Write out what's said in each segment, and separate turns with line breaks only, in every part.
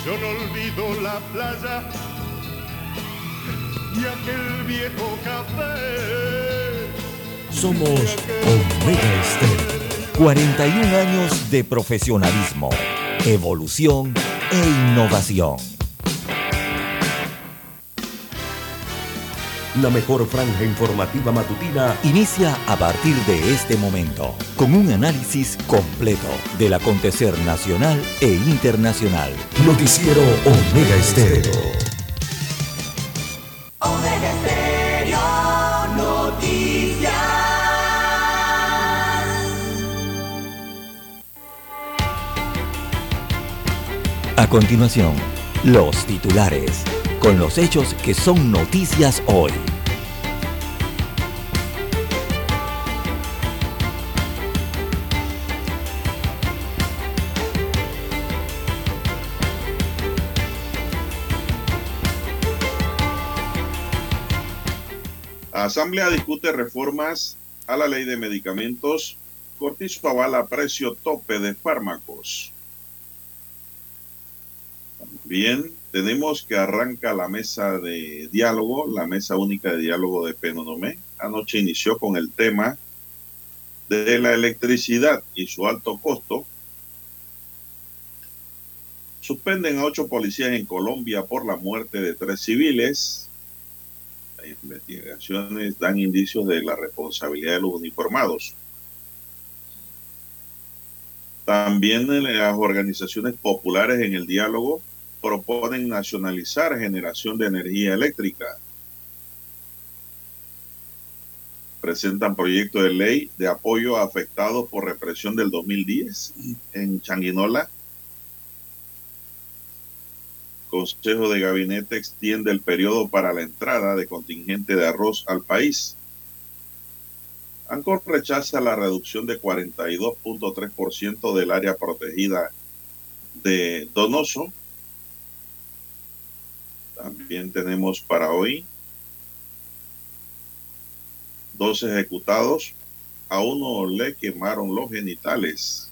Yo no olvido la playa y aquel viejo café.
Somos Omega Estéreo. 41 años de profesionalismo, evolución e innovación.
La mejor franja informativa matutina
Inicia a partir de este momento, con un análisis completo del acontecer nacional e internacional.
Noticiero Omega Estéreo.
Omega Estéreo Noticias.
A continuación, los titulares, con los hechos que son noticias hoy.
Asamblea discute reformas a la ley de medicamentos. Cortizo avala precio tope de fármacos. También tenemos que arranca la mesa de diálogo, la mesa única de diálogo de Penonomé. Anoche inició con el tema de la electricidad y su alto costo. Suspenden a 8 policías en Colombia por la muerte de 3 civiles. Las investigaciones dan indicios de la responsabilidad de los uniformados. También las organizaciones populares en el diálogo proponen nacionalizar generación de energía eléctrica. Presentan proyecto de ley de apoyo a afectados por represión del 2010 en Changuinola. Consejo de Gabinete extiende el periodo para la entrada de contingente de arroz al país. ANCOR rechaza la reducción de 42.3% del área protegida de Donoso. También tenemos para hoy 2 ejecutados. A uno le quemaron los genitales.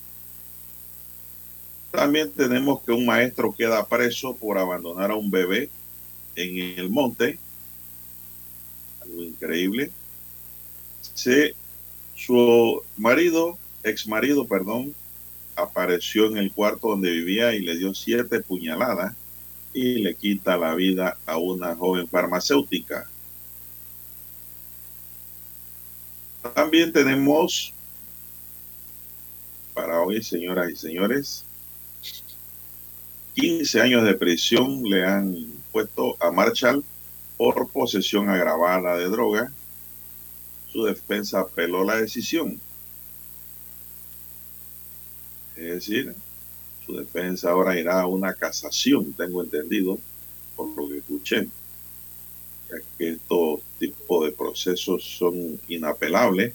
También tenemos que un maestro queda preso por abandonar a un bebé en el monte. Algo increíble. Su ex marido, apareció en el cuarto donde vivía y le dio 7 puñaladas y le quita la vida a una joven farmacéutica. También tenemos para hoy, señoras y señores, 15 años de prisión le han puesto a Marshall por posesión agravada de droga. Su defensa apeló la decisión. Es decir, su defensa ahora irá a una casación, tengo entendido, por lo que escuché, ya que estos tipos de procesos son inapelables,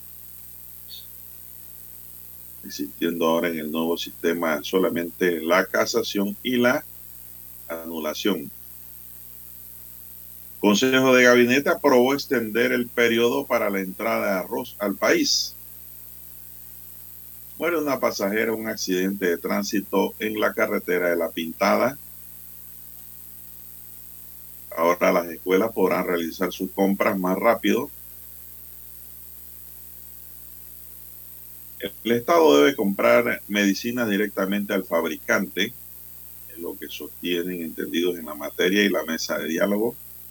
existiendo ahora en el nuevo sistema solamente la casación y la anulación. Consejo de Gabinete aprobó extender el periodo para la entrada de arroz al país. Muere una pasajera en un accidente de tránsito en la carretera de La Pintada. Ahora las escuelas podrán realizar sus compras más rápido. El Estado debe comprar medicinas directamente al fabricante, es lo que sostienen entendidos en la materia y la mesa de diálogo.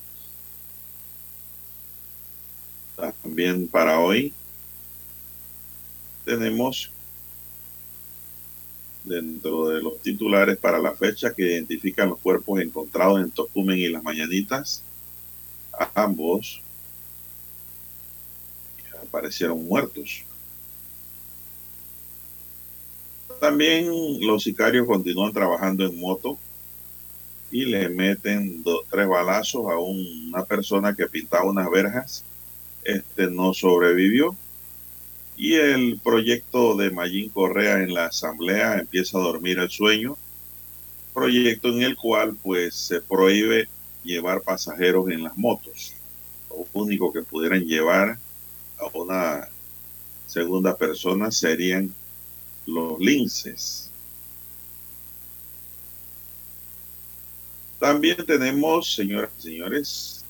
También para hoy tenemos dentro de los titulares para la fecha que identifican los cuerpos encontrados en Tocumen y Las Mañanitas. A ambos aparecieron muertos. También los sicarios continúan trabajando en moto y le meten 3 balazos a una persona que pintaba unas verjas. No sobrevivió. Y el proyecto de Mayín Correa en la Asamblea empieza a dormir el sueño. Proyecto en el cual pues se prohíbe llevar pasajeros en las motos. Lo único que pudieran llevar a una segunda persona serían los linces. También tenemos, señoras y señores,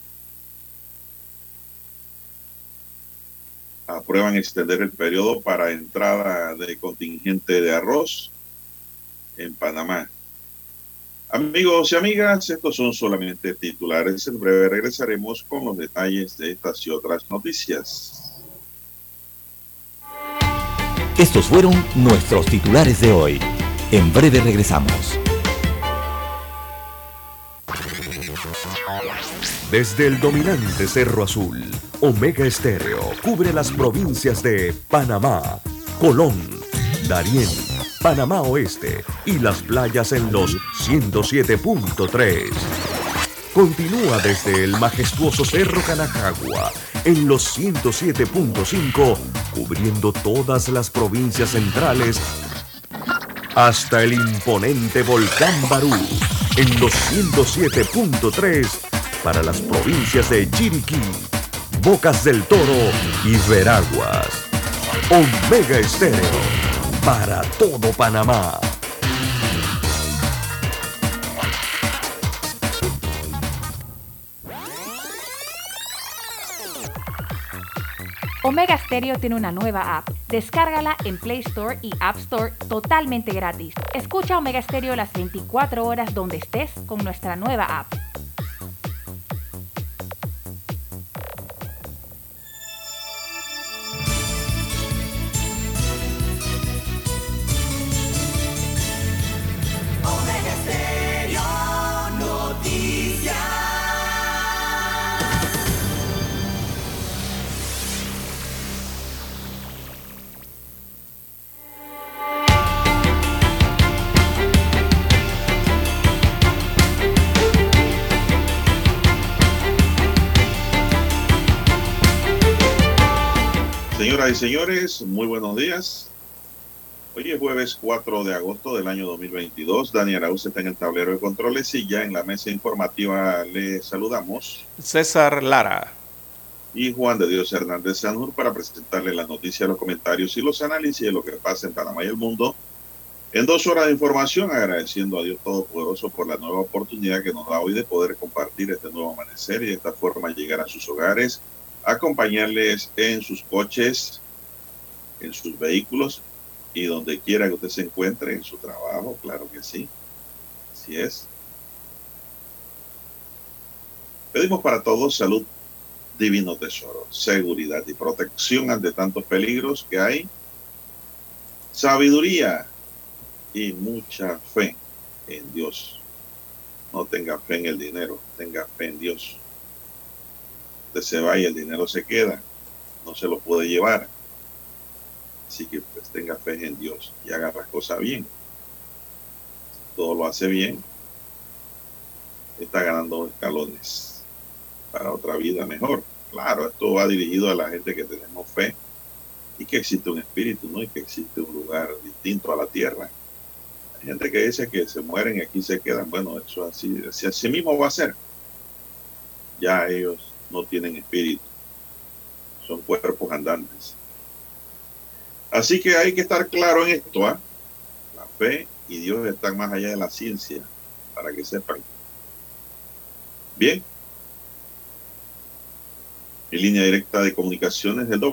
aprueban extender el periodo para entrada de contingente de arroz en Panamá. Amigos y amigas, estos son solamente titulares. En breve regresaremos con los detalles de estas y otras noticias.
Estos fueron nuestros titulares de hoy. En breve regresamos.
Desde el dominante Cerro Azul, Omega Estéreo cubre las provincias de Panamá, Colón, Darién, Panamá Oeste y las playas en los 107.3. Continúa desde el majestuoso Cerro Canajagua en los 107.5, cubriendo todas las provincias centrales hasta el imponente Volcán Barú en los 107.3 para las provincias de Chiriquí, Bocas del Toro y Veraguas. Omega Estéreo, para todo Panamá.
Omega Stereo tiene una nueva app. Descárgala en Play Store y App Store totalmente gratis. Escucha Omega Stereo las 24 horas donde estés con nuestra nueva app.
Omega Stereo Noticias.
Señoras y señores, muy buenos días. Hoy es jueves 4 de agosto del año 2022. Daniel Arauz está en el tablero de controles y ya en la mesa informativa le saludamos
César Lara
y Juan de Dios Hernández Sanjur para presentarle las noticias, los comentarios y los análisis de lo que pasa en Panamá y el mundo en 2 horas de información, agradeciendo a Dios Todopoderoso por la nueva oportunidad que nos da hoy de poder compartir este nuevo amanecer y de esta forma llegar a sus hogares, acompañarles en sus coches, en sus vehículos y donde quiera que usted se encuentre, en su trabajo, claro que sí, así es. Pedimos para todos salud, divino tesoro, seguridad y protección ante tantos peligros que hay, sabiduría y mucha fe en Dios. No tenga fe en el dinero, tenga fe en Dios. Usted se va y el dinero se queda, no se lo puede llevar. Así que pues tenga fe en Dios y haga las cosas bien. Si todo lo hace bien, está ganando escalones para otra vida mejor. Claro, esto va dirigido a la gente que tenemos fe y que existe un espíritu, ¿no? Y que existe un lugar distinto a la tierra. Hay gente que dice que se mueren y aquí se quedan. Bueno, eso así mismo va a ser. Ya ellos no tienen espíritu, son cuerpos andantes. Así que hay que estar claro en esto, La fe y Dios están más allá de la ciencia, para que sepan. Bien. Mi línea directa de comunicaciones del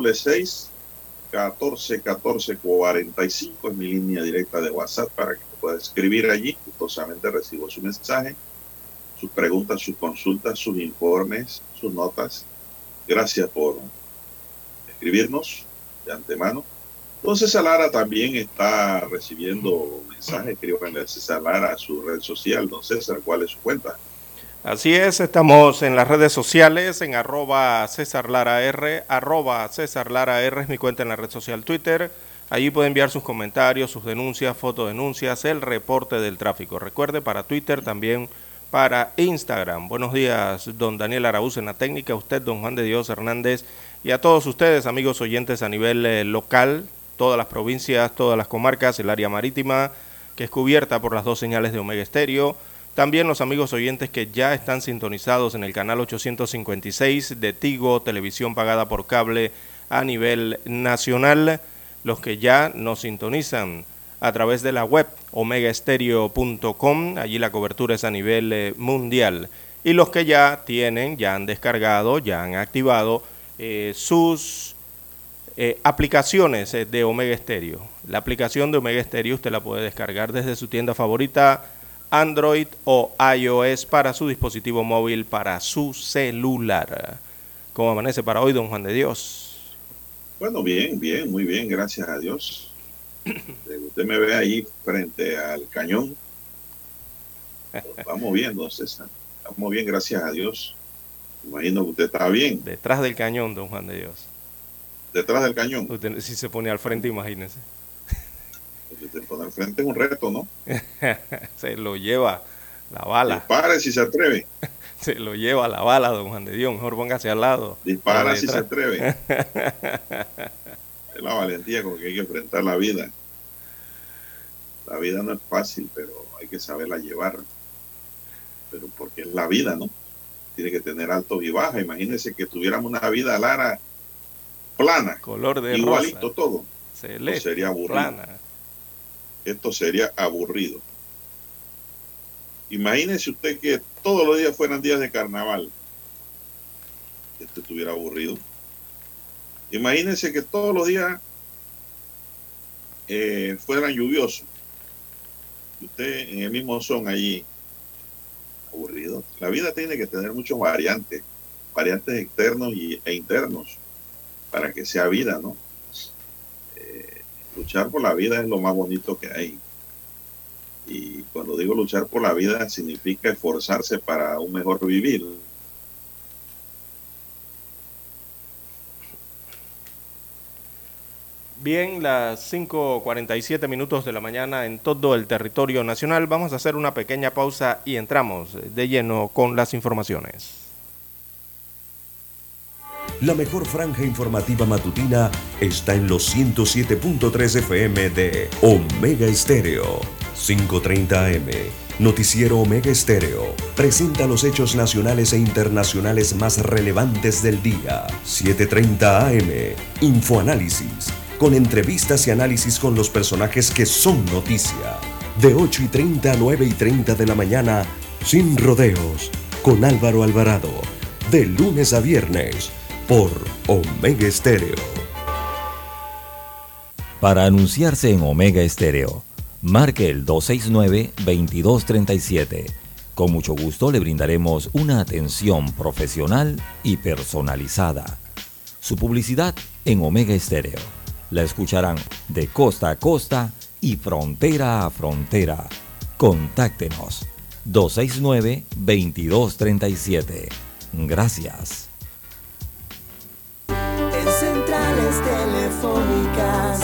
666-1414-45 es mi línea directa de WhatsApp para que pueda escribir allí. Gustosamente recibo su mensaje, sus preguntas, sus consultas, sus informes, sus notas. Gracias por escribirnos de antemano. Entonces, César Lara también está recibiendo mensajes. Escríbanle a César Lara a su red social. Don César, ¿cuál es su cuenta?
Así es, estamos en las redes sociales, en @CésarLaraR, @CésarLaraR es mi cuenta en la red social Twitter. Allí puede enviar sus comentarios, sus denuncias, fotodenuncias, el reporte del tráfico. Recuerde, para Twitter, también para Instagram. Buenos días, don Daniel Araúz en la técnica, usted, don Juan de Dios Hernández, y a todos ustedes, amigos oyentes a nivel local, todas las provincias, todas las comarcas, el área marítima, que es cubierta por las 2 señales de Omega Estéreo. También los amigos oyentes que ya están sintonizados en el canal 856 de Tigo, televisión pagada por cable a nivel nacional, los que ya nos sintonizan a través de la web omegaestereo.com. Allí la cobertura es a nivel mundial. Y los que ya tienen, ya han descargado, ya han activado sus aplicaciones de Omega Estéreo. La aplicación de Omega Estéreo usted la puede descargar desde su tienda favorita, Android o iOS, para su dispositivo móvil, para su celular. ¿Cómo amanece para hoy, don Juan de Dios?
Bueno, bien, muy bien, gracias a Dios. Usted me ve ahí frente al cañón. Vamos bien, don César. Estamos bien, gracias a Dios. Imagino que usted está bien.
Detrás del cañón, don Juan de Dios.
Detrás del cañón.
Usted si se pone al frente, imagínese.
Se pone al frente es un reto, ¿no?
Se lo lleva la bala.
Dispare si se atreve.
Se lo lleva la bala, don Juan de Dios. Mejor póngase al lado.
Dispara si se atreve. Es la valentía con que hay que enfrentar la vida. La vida no es fácil, pero hay que saberla llevar. Pero porque es la vida, ¿no? Tiene que tener altos y bajas. Imagínense que tuviéramos una vida, Lara, plana.
Color de
igualito
rosa.
todo.
Celeste,
esto sería aburrido.
plana.
Esto sería aburrido. Imagínese usted que todos los días fueran días de carnaval. Esto estuviera aburrido. Imagínese que todos los días fueran lluviosos. Y usted en el mismo son allí. Aburrido. La vida tiene que tener muchos variantes externos e internos, para que sea vida, ¿no? Luchar por la vida es lo más bonito que hay. Y cuando digo luchar por la vida, significa esforzarse para un mejor vivir.
Bien, las 5:47 minutos de la mañana en todo el territorio nacional. Vamos a hacer una pequeña pausa y entramos de lleno con las informaciones.
La mejor franja informativa matutina está en los 107.3 FM de Omega Estéreo. 5:30 AM. Noticiero Omega Estéreo presenta los hechos nacionales e internacionales más relevantes del día. 7:30 AM. Infoanálisis, con entrevistas y análisis con los personajes que son noticia. De 8:30 a 9:30 de la mañana, Sin Rodeos, con Álvaro Alvarado. De lunes a viernes, por Omega Estéreo.
Para anunciarse en Omega Estéreo, marque el 269-2237. Con mucho gusto le brindaremos una atención profesional y personalizada. Su publicidad en Omega Estéreo. La escucharán de costa a costa y frontera a frontera. Contáctenos 269-2237. Gracias.
En centrales telefónicas,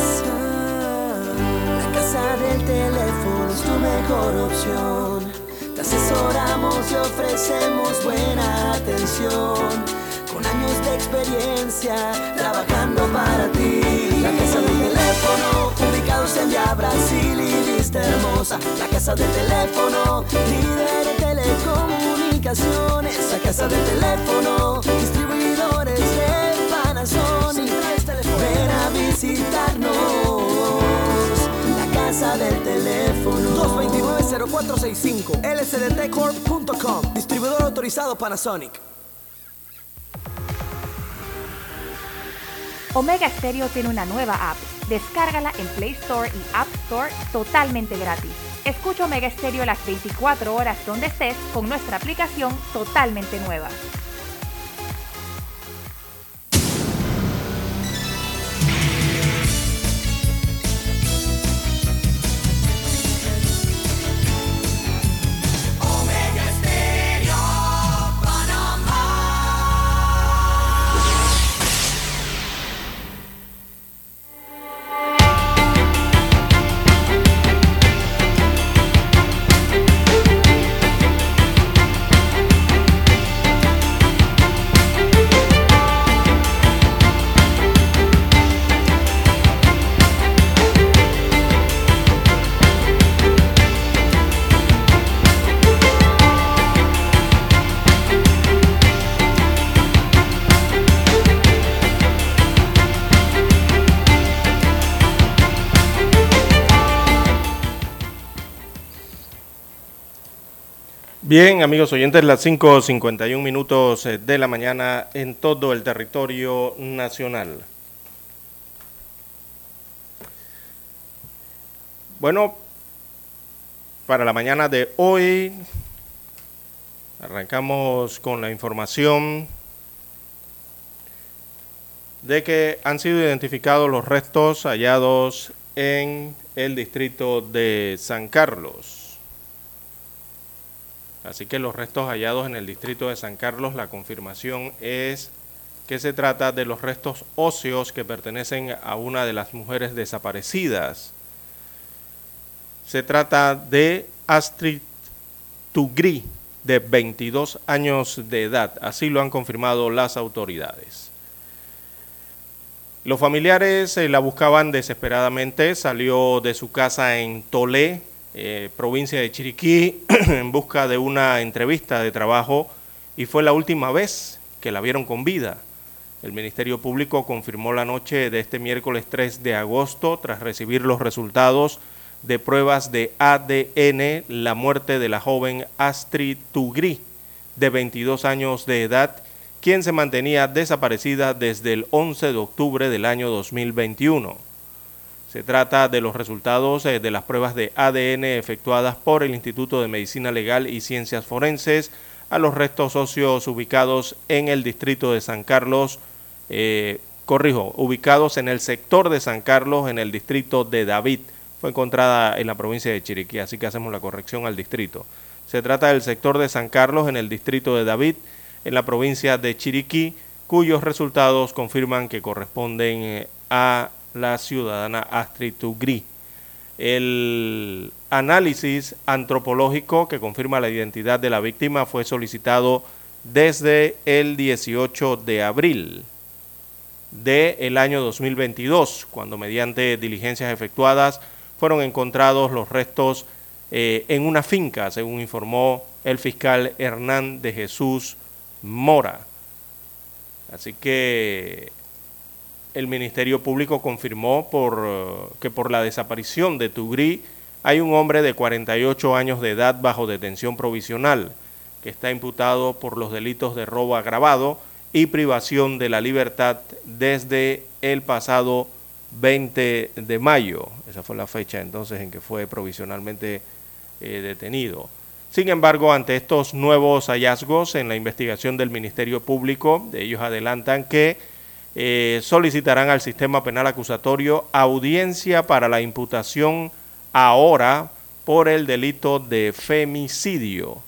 la casa del teléfono es tu mejor opción. Te asesoramos y ofrecemos buena atención, con años de experiencia trabajando para ti. La casa del teléfono, ubicados en Via Brasil y Vista Hermosa. La casa del teléfono, líder de telecomunicaciones. La casa del teléfono, distribuidores de Panasonic. Ven a visitarnos. La casa del teléfono. 229-0465. lsdtcorp.com. Distribuidor autorizado Panasonic.
Omega Stereo tiene una nueva app. Descárgala en Play Store y App Store totalmente gratis. Escucha Omega Stereo las 24 horas donde estés con nuestra aplicación totalmente nueva.
Bien, amigos oyentes, las 5:51 minutos de la mañana en todo el territorio nacional. Bueno, para la mañana de hoy arrancamos con la información de que han sido identificados los restos hallados en el distrito de San Carlos. Así que los restos hallados en el distrito de San Carlos, la confirmación es que se trata de los restos óseos que pertenecen a una de las mujeres desaparecidas. Se trata de Astrid Tugri, de 22 años de edad. Así lo han confirmado las autoridades. Los familiares la buscaban desesperadamente. Salió de su casa en Tolé, provincia de Chiriquí, en busca de una entrevista de trabajo, y fue la última vez que la vieron con vida. El Ministerio Público confirmó la noche de este miércoles 3 de agosto, tras recibir los resultados de pruebas de ADN, la muerte de la joven Astrid Tugri, de 22 años de edad, quien se mantenía desaparecida desde el 11 de octubre del año 2021. Se trata de los resultados de las pruebas de ADN efectuadas por el Instituto de Medicina Legal y Ciencias Forenses a los restos óseos ubicados en el distrito de San Carlos, ubicados en el sector de San Carlos, en el distrito de David. Fue encontrada en la provincia de Chiriquí, así que hacemos la corrección al distrito. Se trata del sector de San Carlos, en el distrito de David, en la provincia de Chiriquí, cuyos resultados confirman que corresponden a la ciudadana Astrid Tugri. El análisis antropológico que confirma la identidad de la víctima fue solicitado desde el 18 de abril del año 2022, cuando mediante diligencias efectuadas fueron encontrados los restos en una finca, según informó el fiscal Hernán de Jesús Mora. Así que el Ministerio Público confirmó que por la desaparición de Tugri hay un hombre de 48 años de edad bajo detención provisional, que está imputado por los delitos de robo agravado y privación de la libertad desde el pasado 20 de mayo. Esa fue la fecha entonces en que fue provisionalmente detenido. Sin embargo, ante estos nuevos hallazgos en la investigación del Ministerio Público, ellos adelantan que solicitarán al sistema penal acusatorio audiencia para la imputación ahora por el delito de femicidio.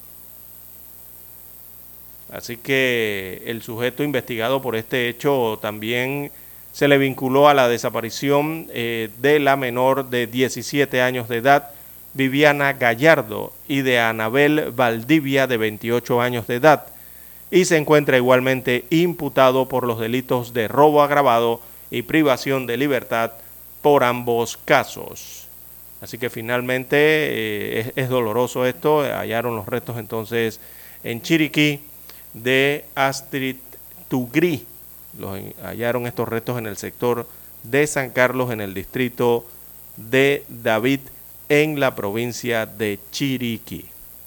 Así que el sujeto investigado por este hecho también se le vinculó a la desaparición de la menor de 17 años de edad, Viviana Gallardo, y de Anabel Valdivia, de 28 años de edad, y se encuentra igualmente imputado por los delitos de robo agravado y privación de libertad por ambos casos. Así que finalmente es doloroso esto. Hallaron los restos entonces en Chiriquí de Astrid Tugri. Hallaron estos restos en el sector de San Carlos, en el distrito de David, en la provincia de Chiriquí.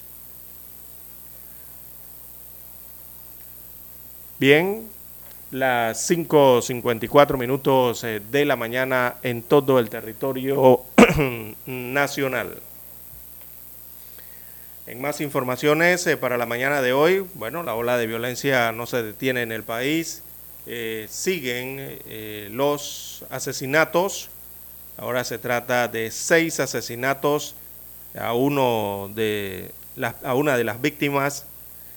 Bien, las 5:54 minutos de la mañana en todo el territorio nacional. En más informaciones para la mañana de hoy, bueno, la ola de violencia no se detiene en el país. Siguen los asesinatos. Ahora se trata de 6 asesinatos. A una de las víctimas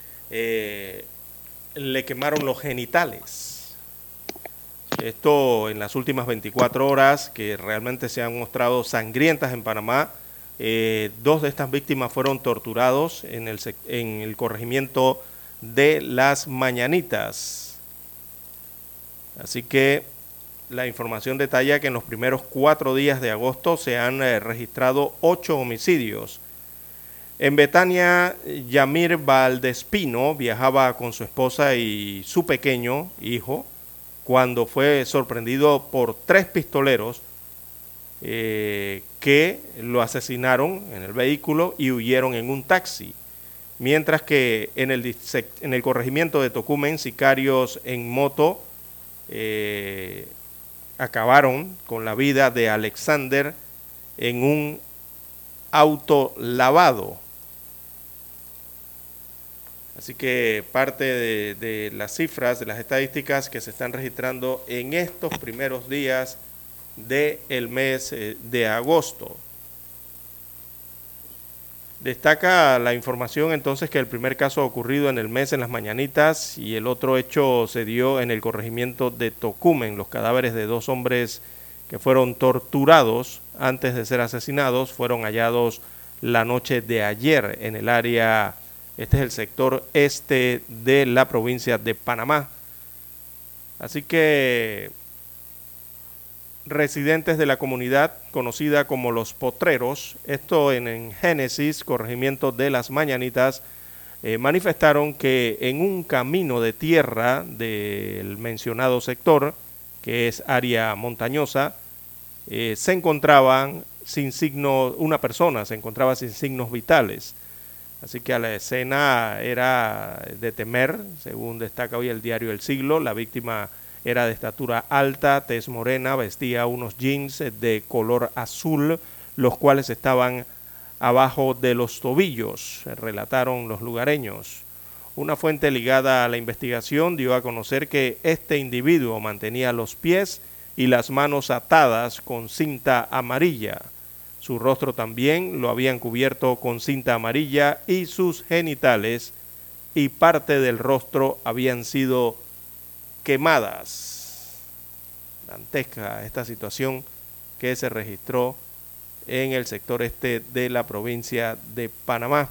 le quemaron los genitales. Esto en las últimas 24 horas, que realmente se han mostrado sangrientas en Panamá. 2 de estas víctimas fueron torturados en el corregimiento de Las Mañanitas. Así que la información detalla que en los primeros 4 días de agosto se han registrado 8 homicidios. En Betania, Yamir Valdespino viajaba con su esposa y su pequeño hijo cuando fue sorprendido por 3 pistoleros que lo asesinaron en el vehículo y huyeron en un taxi. mientras que en el corregimiento de Tocumen, sicarios en moto acabaron con la vida de Alexander en un auto lavado. Así que parte de las cifras, de las estadísticas que se están registrando en estos primeros días del mes de agosto. Destaca la información entonces que el primer caso ocurrido en el mes en Las Mañanitas y el otro hecho se dio en el corregimiento de Tocumen. Los cadáveres de 2 hombres que fueron torturados antes de ser asesinados fueron hallados la noche de ayer en el área. Este es el sector este de la provincia de Panamá. Así que residentes de la comunidad conocida como Los Potreros, esto en Génesis, corregimiento de Las Mañanitas, manifestaron que en un camino de tierra del mencionado sector, que es área montañosa, se encontraban sin signos, una persona se encontraba sin signos vitales. Así que a la escena era de temer, según destaca hoy el diario El Siglo. La víctima era de estatura alta, tez morena, vestía unos jeans de color azul, los cuales estaban abajo de los tobillos, relataron los lugareños. Una fuente ligada a la investigación dio a conocer que este individuo mantenía los pies y las manos atadas con cinta amarilla. Su rostro también lo habían cubierto con cinta amarilla y sus genitales y parte del rostro habían sido quemadas. Dantesca esta situación que se registró en el sector este de la provincia de Panamá.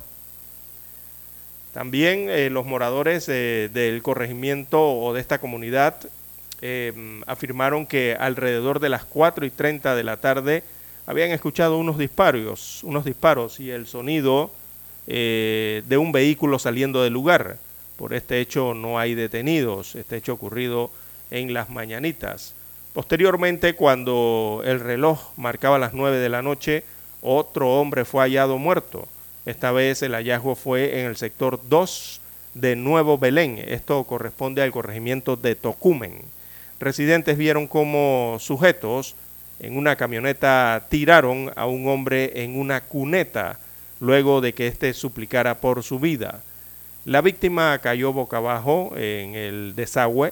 También los moradores del corregimiento o de esta comunidad afirmaron que alrededor de las 4:30 de la tarde habían escuchado unos disparos y el sonido de un vehículo saliendo del lugar. Por este hecho no hay detenidos, este hecho ocurrido en Las Mañanitas. Posteriormente, cuando el reloj marcaba las 9 de la noche, otro hombre fue hallado muerto. Esta vez el hallazgo fue en el sector 2 de Nuevo Belén. Esto corresponde al corregimiento de Tocumen. Residentes vieron cómo sujetos en una camioneta tiraron a un hombre en una cuneta luego de que éste suplicara por su vida. La víctima cayó boca abajo en el desagüe.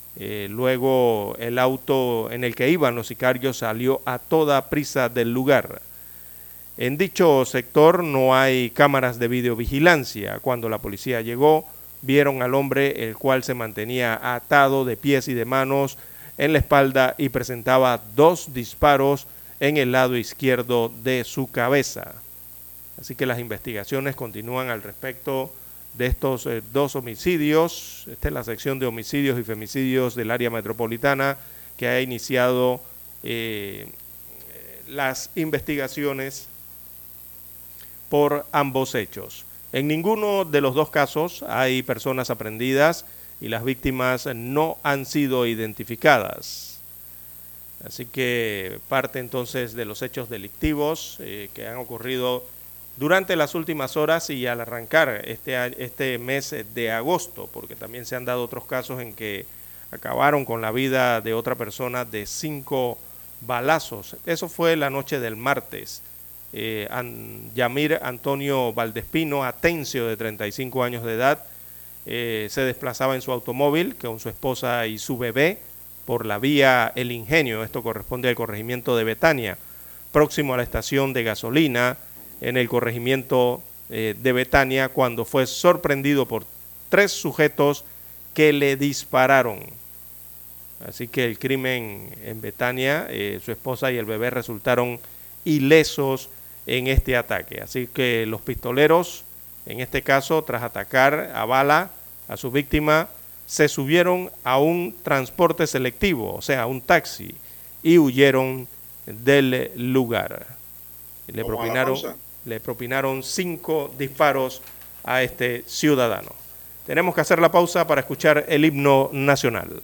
Luego el auto en el que iban los sicarios salió a toda prisa del lugar. En dicho sector no hay cámaras de videovigilancia. Cuando la policía llegó, vieron al hombre, el cual se mantenía atado de pies y de manos en la espalda y presentaba 2 disparos en el lado izquierdo de su cabeza. Así que las investigaciones continúan al respecto de estos 2 homicidios. Esta es la sección de homicidios y femicidios del área metropolitana que ha iniciado las investigaciones por ambos hechos. En ninguno de los 2 casos hay personas aprehendidas y las víctimas no han sido identificadas. Así que parte entonces de los hechos delictivos que han ocurrido durante las últimas horas y al arrancar este mes de agosto, porque también se han dado otros casos en que acabaron con la vida de otra persona de 5 balazos. Eso fue la noche del martes. Yamir Antonio Valdespino Atencio, de 35 años de edad, se desplazaba en su automóvil con su esposa y su bebé por la vía El Ingenio. Esto corresponde al corregimiento de Betania, próximo a la estación de gasolina en el corregimiento de Betania, cuando fue sorprendido por 3 sujetos que le dispararon. Así que el crimen en Betania, su esposa y el bebé resultaron ilesos en este ataque. Así que los pistoleros, en este caso, tras atacar a bala a su víctima, se subieron a un transporte selectivo, o sea, a un taxi, y huyeron del lugar. Le propinaron 5 disparos a este ciudadano. Tenemos que hacer la pausa para escuchar el himno nacional.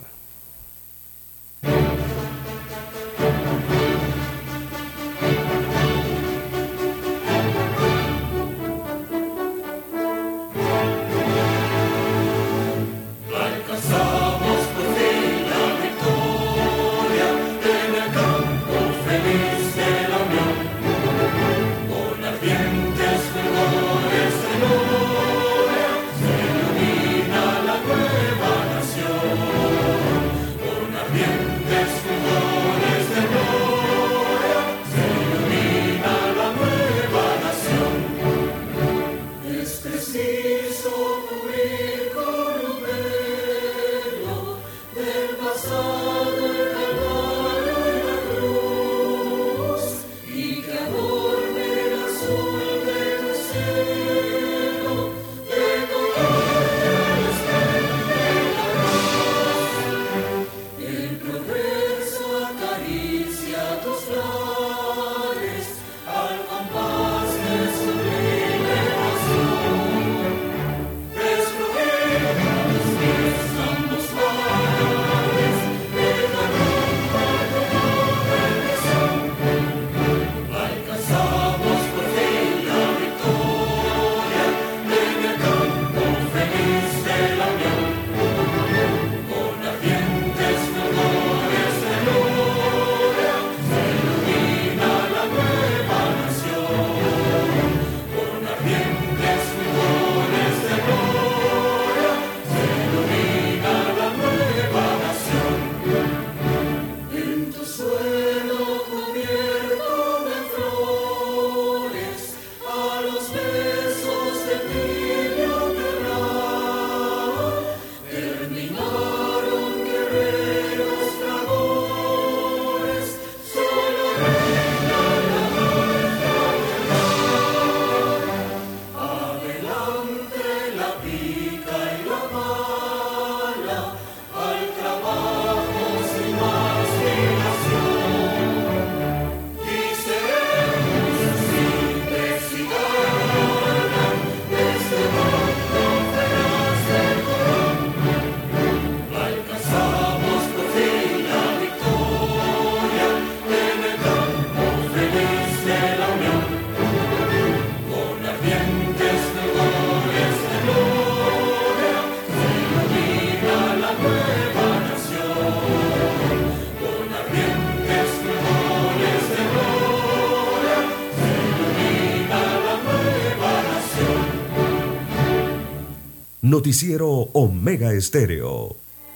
Noticiero Omega Estéreo.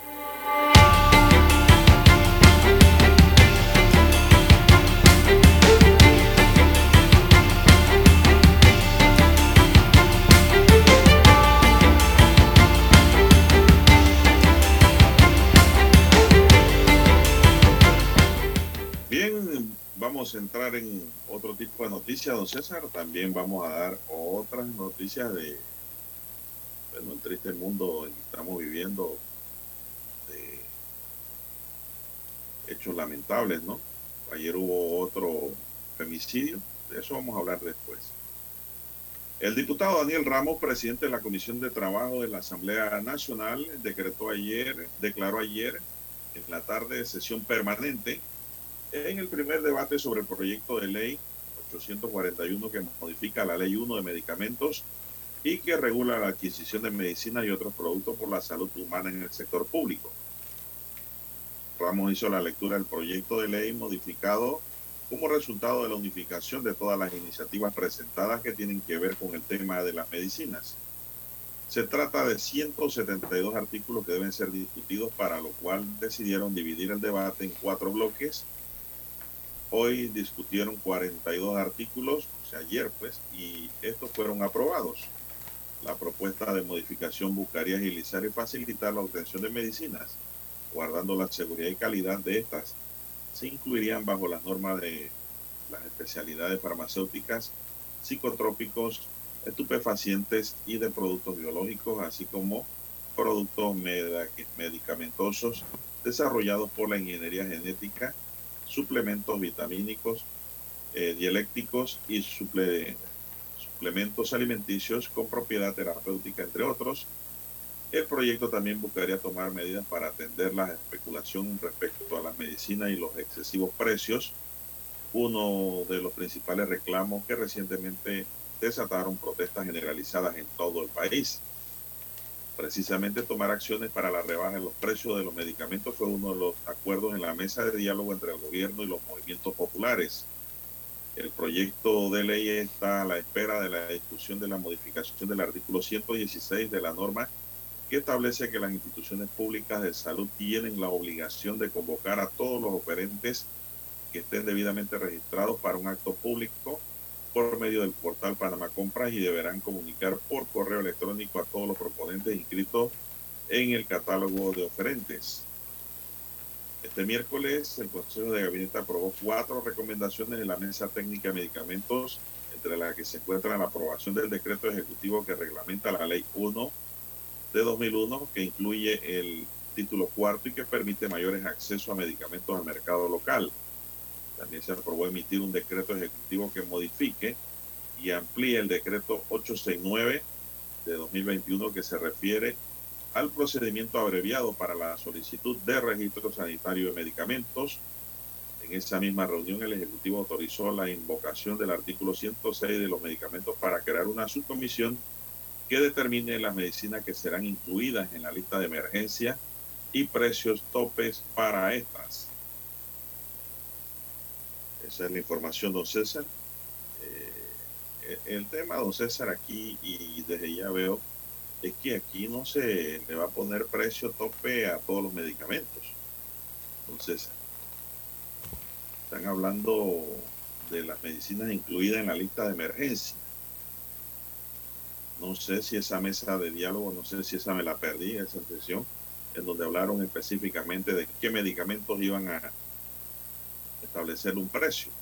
Bien, vamos a entrar en otro tipo de noticias, don César. También vamos a dar otras noticias de el triste mundo en que estamos viviendo, de hechos lamentables, ¿no? Ayer hubo otro femicidio, de eso vamos a hablar después. El diputado Daniel Ramos, presidente de la Comisión de Trabajo de la Asamblea Nacional, declaró ayer en la tarde de sesión permanente en el primer debate sobre el proyecto de ley 841 que modifica la Ley 1 de Medicamentos y que regula la adquisición de medicinas y otros productos por la salud humana en el sector público. Ramos hizo la lectura del proyecto de ley modificado como resultado de la unificación de todas las iniciativas presentadas que tienen que ver con el tema de las medicinas. Se trata de 172 artículos que deben ser discutidos, para lo cual decidieron dividir el debate en 4 bloques. Hoy discutieron 42 artículos, o sea, ayer pues, y estos fueron aprobados. La propuesta de modificación buscaría agilizar y facilitar la obtención de medicinas, guardando la seguridad y calidad de estas. Se incluirían bajo las normas de las especialidades farmacéuticas, psicotrópicos, estupefacientes y de productos biológicos, así como productos medicamentosos desarrollados por la ingeniería genética, suplementos vitamínicos, dielécticos y suplementos alimenticios con propiedad terapéutica, entre otros. El proyecto también buscaría tomar medidas para atender la especulación respecto a las medicinas y los excesivos precios, uno de los principales reclamos que recientemente desataron protestas generalizadas en todo el país. Precisamente tomar acciones para la rebaja de los precios de los medicamentos fue uno de los acuerdos en la mesa de diálogo entre el gobierno y los movimientos populares. El proyecto de ley está a la espera de la discusión de la modificación del artículo 116 de la norma que establece que las instituciones públicas de salud tienen la obligación de convocar a todos los oferentes que estén debidamente registrados para un acto público por medio del portal Panamá Compras y deberán comunicar por correo electrónico a todos los proponentes inscritos en el catálogo de oferentes. Este miércoles, el Consejo de Gabinete aprobó 4 recomendaciones de la Mesa Técnica de Medicamentos, entre las que se encuentra la aprobación del decreto ejecutivo que reglamenta la Ley 1 de 2001, que incluye el título 4 y que permite mayores accesos a medicamentos al mercado local. También se aprobó emitir un decreto ejecutivo que modifique y amplíe el decreto 869 de 2021 que se refiere al procedimiento abreviado para la solicitud de registro sanitario de medicamentos. En esa misma reunión, el Ejecutivo autorizó la invocación del artículo 106 de los medicamentos para crear una subcomisión que determine las medicinas que serán incluidas en la lista de emergencia y precios topes para estas. Esa es la información, don César. El tema, don César, aquí, y desde ya veo, es que aquí no se le va a poner precio tope a todos los medicamentos. Entonces, están hablando de las medicinas incluidas en la lista de emergencia. No sé si esa mesa de diálogo, no sé si esa me la perdí, esa sesión, en donde hablaron específicamente de qué medicamentos iban a establecer un precio.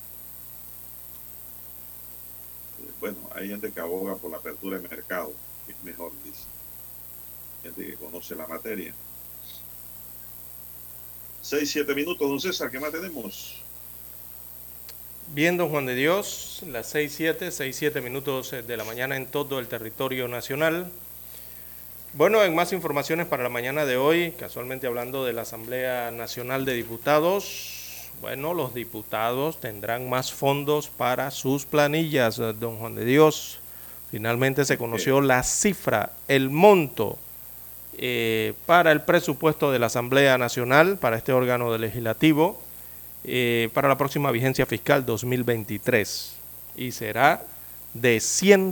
Bueno, hay gente que aboga por la apertura de mercado, que es mejor, dice. gente que conoce la materia. 6, 7 minutos, don César, ¿qué más tenemos?
Bien, don Juan de Dios, las 6, 7 minutos de la mañana en todo el territorio nacional. Bueno, en más informaciones para la mañana de hoy, casualmente hablando de la Asamblea Nacional de Diputados, bueno, los diputados tendrán más fondos para sus planillas, don Juan de Dios. Finalmente se conoció la cifra, el monto para el presupuesto de la Asamblea Nacional, para este órgano legislativo, para la próxima vigencia fiscal 2023, y será de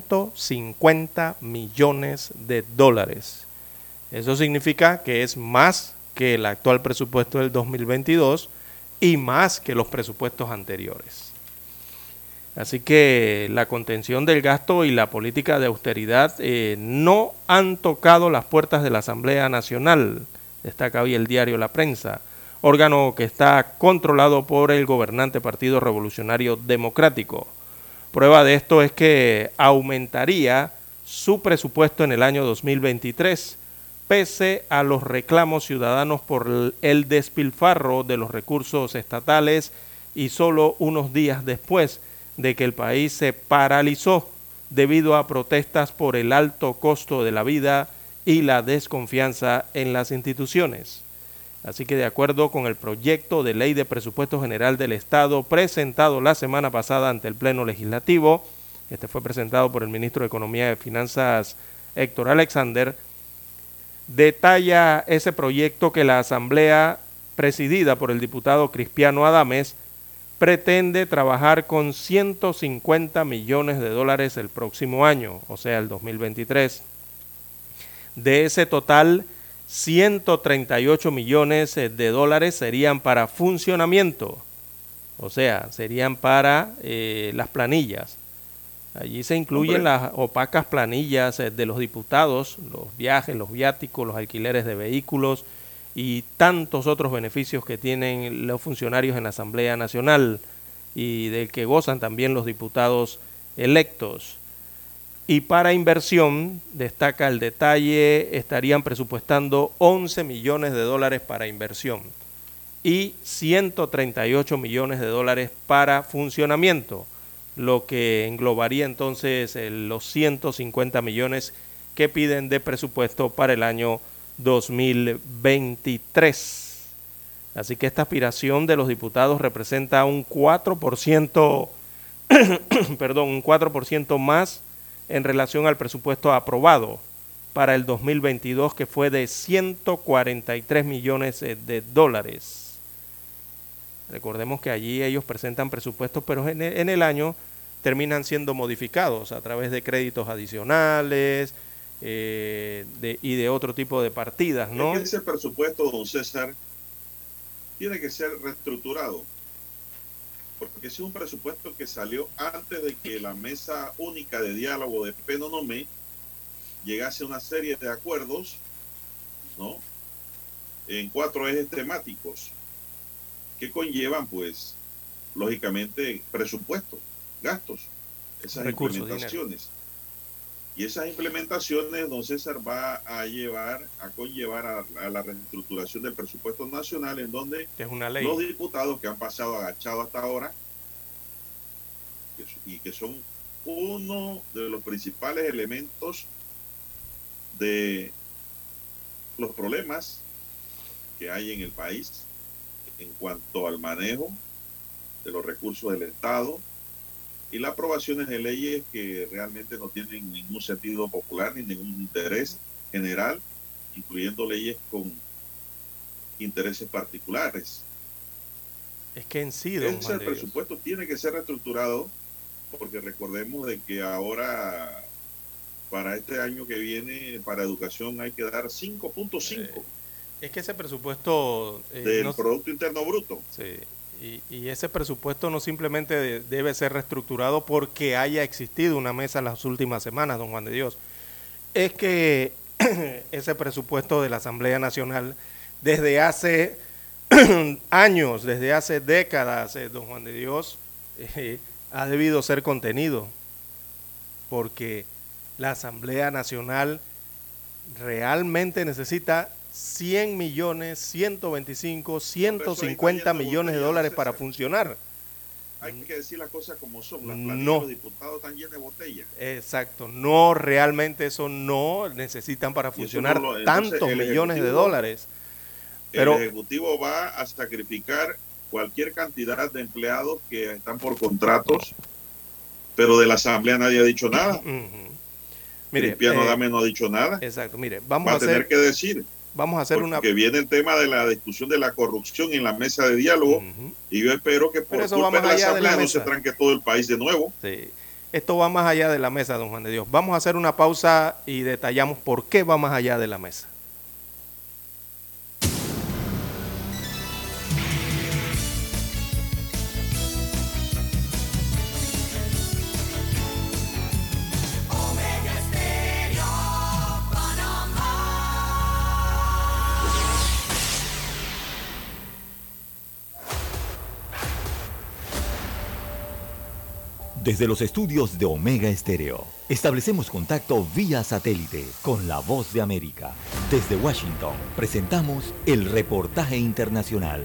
150 millones de dólares. Eso significa que es más que el actual presupuesto del 2022 y más que los presupuestos anteriores. Así que la contención del gasto y la política de austeridad no han tocado las puertas de la Asamblea Nacional, destaca hoy el diario La Prensa, órgano que está controlado por el gobernante Partido Revolucionario Democrático. Prueba de esto es que aumentaría su presupuesto en el año 2023, pese a los reclamos ciudadanos por el despilfarro de los recursos estatales y solo unos días después de que el país se paralizó debido a protestas por el alto costo de la vida y la desconfianza en las instituciones. Así que de acuerdo con el proyecto de ley de presupuesto general del Estado presentado la semana pasada ante el Pleno Legislativo, este fue presentado por el ministro de Economía y Finanzas Héctor Alexander, detalla ese proyecto que la Asamblea, presidida por el diputado Cristiano Adames, pretende trabajar con 150 millones de dólares el próximo año, o sea, el 2023. De ese total, 138 millones de dólares serían para funcionamiento, o sea, serían para las planillas. Allí se incluyen las opacas planillas de los diputados, los viajes, los viáticos, los alquileres de vehículos y tantos otros beneficios que tienen los funcionarios en la Asamblea Nacional y del que gozan también los diputados electos. Y para inversión, destaca el detalle, estarían presupuestando 11 millones de dólares para inversión y 138 millones de dólares para funcionamiento, lo que englobaría entonces los 150 millones que piden de presupuesto para el año 2023. Así que esta aspiración de los diputados representa un 4%, perdón, un 4% más en relación al presupuesto aprobado para el 2022, que fue de 143 millones de dólares. Recordemos que allí ellos presentan presupuestos, pero en el año terminan siendo modificados a través de créditos adicionales y de otro tipo de partidas, ¿no?
Es que ese presupuesto, don César, tiene que ser reestructurado, porque es un presupuesto que salió antes de que la mesa única de diálogo de Penonomé llegase a una serie de acuerdos, ¿no?, en 4 ejes temáticos que conllevan, pues, lógicamente, presupuestos, gastos, esas
recursos,
implementaciones.
Dinero.
Y esas implementaciones, don César, va a conllevar a la reestructuración del presupuesto nacional, en donde
es una ley.
Los diputados que han pasado agachados hasta ahora, y que son uno de los principales elementos de los problemas que hay en el país en cuanto al manejo de los recursos del Estado y las aprobaciones de leyes que realmente no tienen ningún sentido popular ni ningún interés general, incluyendo leyes con intereses particulares.
Es que en sí, don Juan
el presupuesto tiene que ser reestructurado, porque recordemos de que ahora, para este año que viene, para educación hay que dar 5.5
es que ese presupuesto
del Producto Interno Bruto.
Sí. Y ese presupuesto no simplemente debe ser reestructurado porque haya existido una mesa en las últimas semanas, don Juan de Dios. Es que ese presupuesto de la Asamblea Nacional, desde hace años, desde hace décadas, don Juan de Dios, ha debido ser contenido, porque la Asamblea Nacional realmente necesita 100 millones, 125, 150 millones de dólares para funcionar.
Hay que decir las cosas como son. Las planillas de los diputados están llenas de botellas.
Exacto. No, realmente eso no necesitan para funcionar tantos millones de dólares. Pero
el Ejecutivo va a sacrificar cualquier cantidad de empleados que están por contratos, pero de la Asamblea nadie ha dicho nada.
Mire,
Cristiano Adame no ha dicho nada.
Exacto. Mire,
va a tener que decir.
Vamos a hacer
porque viene el tema de la discusión de la corrupción en la mesa de diálogo, y yo espero que por culpa de la Asamblea no se tranque todo el país de nuevo.
Sí. Esto va más allá de la mesa, don Juan de Dios. Vamos a hacer una pausa y detallamos por qué va más allá de la mesa.
Desde los estudios de Omega Estéreo, establecemos contacto vía satélite con la Voz de América. Desde Washington, presentamos el reportaje internacional.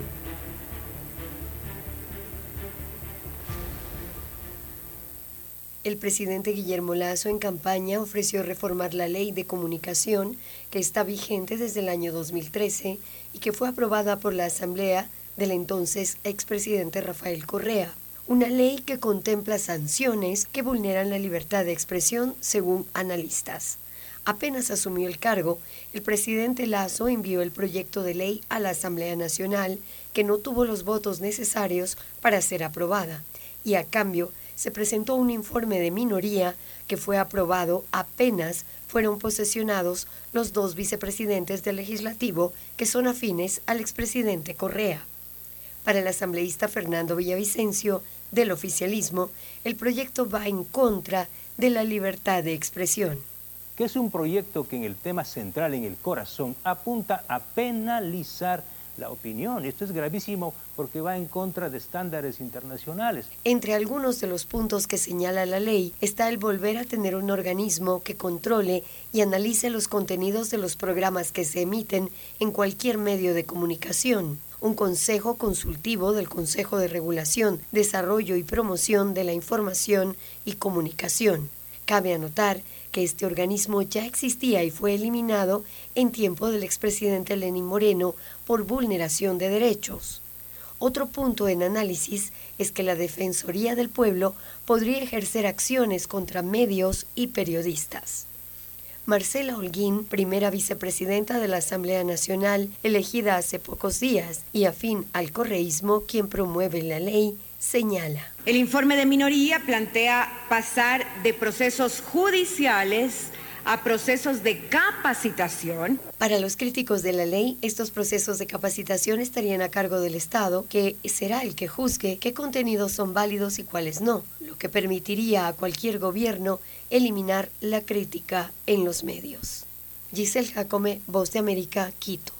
El presidente Guillermo Lasso en campaña ofreció reformar la ley de comunicación que está vigente desde el año 2013 y que fue aprobada por la Asamblea del entonces expresidente Rafael Correa. Una ley que contempla sanciones que vulneran la libertad de expresión según analistas. Apenas asumió el cargo, el presidente Lasso envió el proyecto de ley a la Asamblea Nacional, que no tuvo los votos necesarios para ser aprobada, y a cambio se presentó un informe de minoría que fue aprobado apenas fueron posesionados los dos vicepresidentes del Legislativo que son afines al expresidente Correa. Para el asambleísta Fernando Villavicencio, del oficialismo, el proyecto va en contra de la libertad de expresión.
Que es un proyecto que en el tema central, en el corazón, apunta a penalizar la opinión. Esto es gravísimo porque va en contra de estándares internacionales.
Entre algunos de los puntos que señala la ley está el volver a tener un organismo que controle y analice los contenidos de los programas que se emiten en cualquier medio de comunicación. Un consejo consultivo del Consejo de Regulación, Desarrollo y Promoción de la Información y Comunicación. Cabe anotar que este organismo ya existía y fue eliminado en tiempo del expresidente Lenín Moreno por vulneración de derechos. Otro punto en análisis es que la Defensoría del Pueblo podría ejercer acciones contra medios y periodistas. Marcela Holguín, primera vicepresidenta de la Asamblea Nacional, elegida hace pocos días y afín al correísmo, quien promueve la ley, señala.
El informe de minoría plantea pasar de procesos judiciales a procesos de capacitación.
Para los críticos de la ley, estos procesos de capacitación estarían a cargo del Estado, que será el que juzgue qué contenidos son válidos y cuáles no, lo que permitiría a cualquier gobierno eliminar la crítica en los medios. Giselle Jacome, Voz de América, Quito.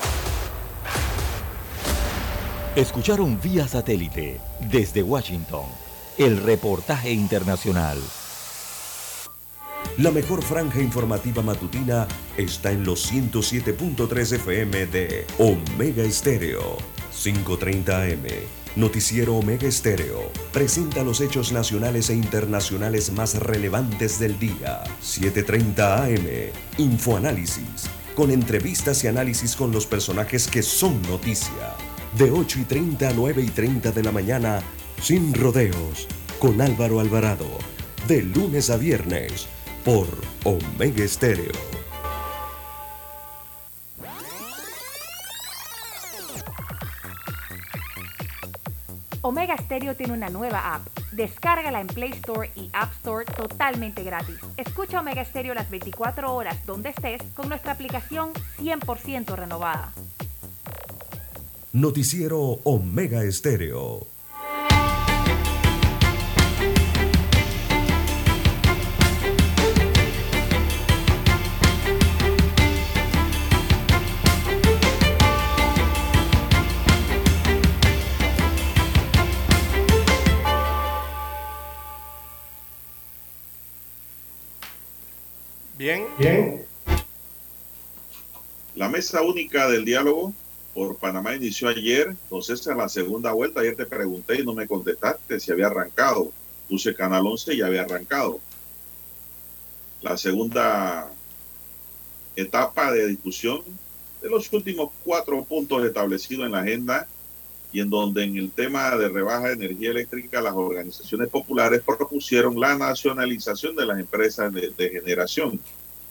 Escucharon vía satélite desde Washington el reportaje internacional.
La mejor franja informativa matutina está en los 107.3 FM de Omega Estéreo. 5:30 AM. Noticiero Omega Estéreo presenta los hechos nacionales e internacionales más relevantes del día. 7:30 AM. Infoanálisis, con entrevistas y análisis con los personajes que son noticia. De 8:30 a 9:30 de la mañana, Sin Rodeos, con Álvaro Alvarado. De lunes a viernes, por Omega Estéreo.
Omega Stereo tiene una nueva app. Descárgala en Play Store y App Store totalmente gratis. Escucha Omega Stereo las 24 horas donde estés con nuestra aplicación 100% renovada.
Noticiero Omega Estéreo.
Bien.
La mesa única del diálogo por Panamá inició ayer. Entonces, en la segunda vuelta, ayer te pregunté y no me contestaste si había arrancado. Puse Canal 11 y ya había arrancado. La segunda etapa de discusión de los últimos 4 puntos establecidos en la agenda y en donde en el tema de rebaja de energía eléctrica las organizaciones populares propusieron la nacionalización de las empresas de generación.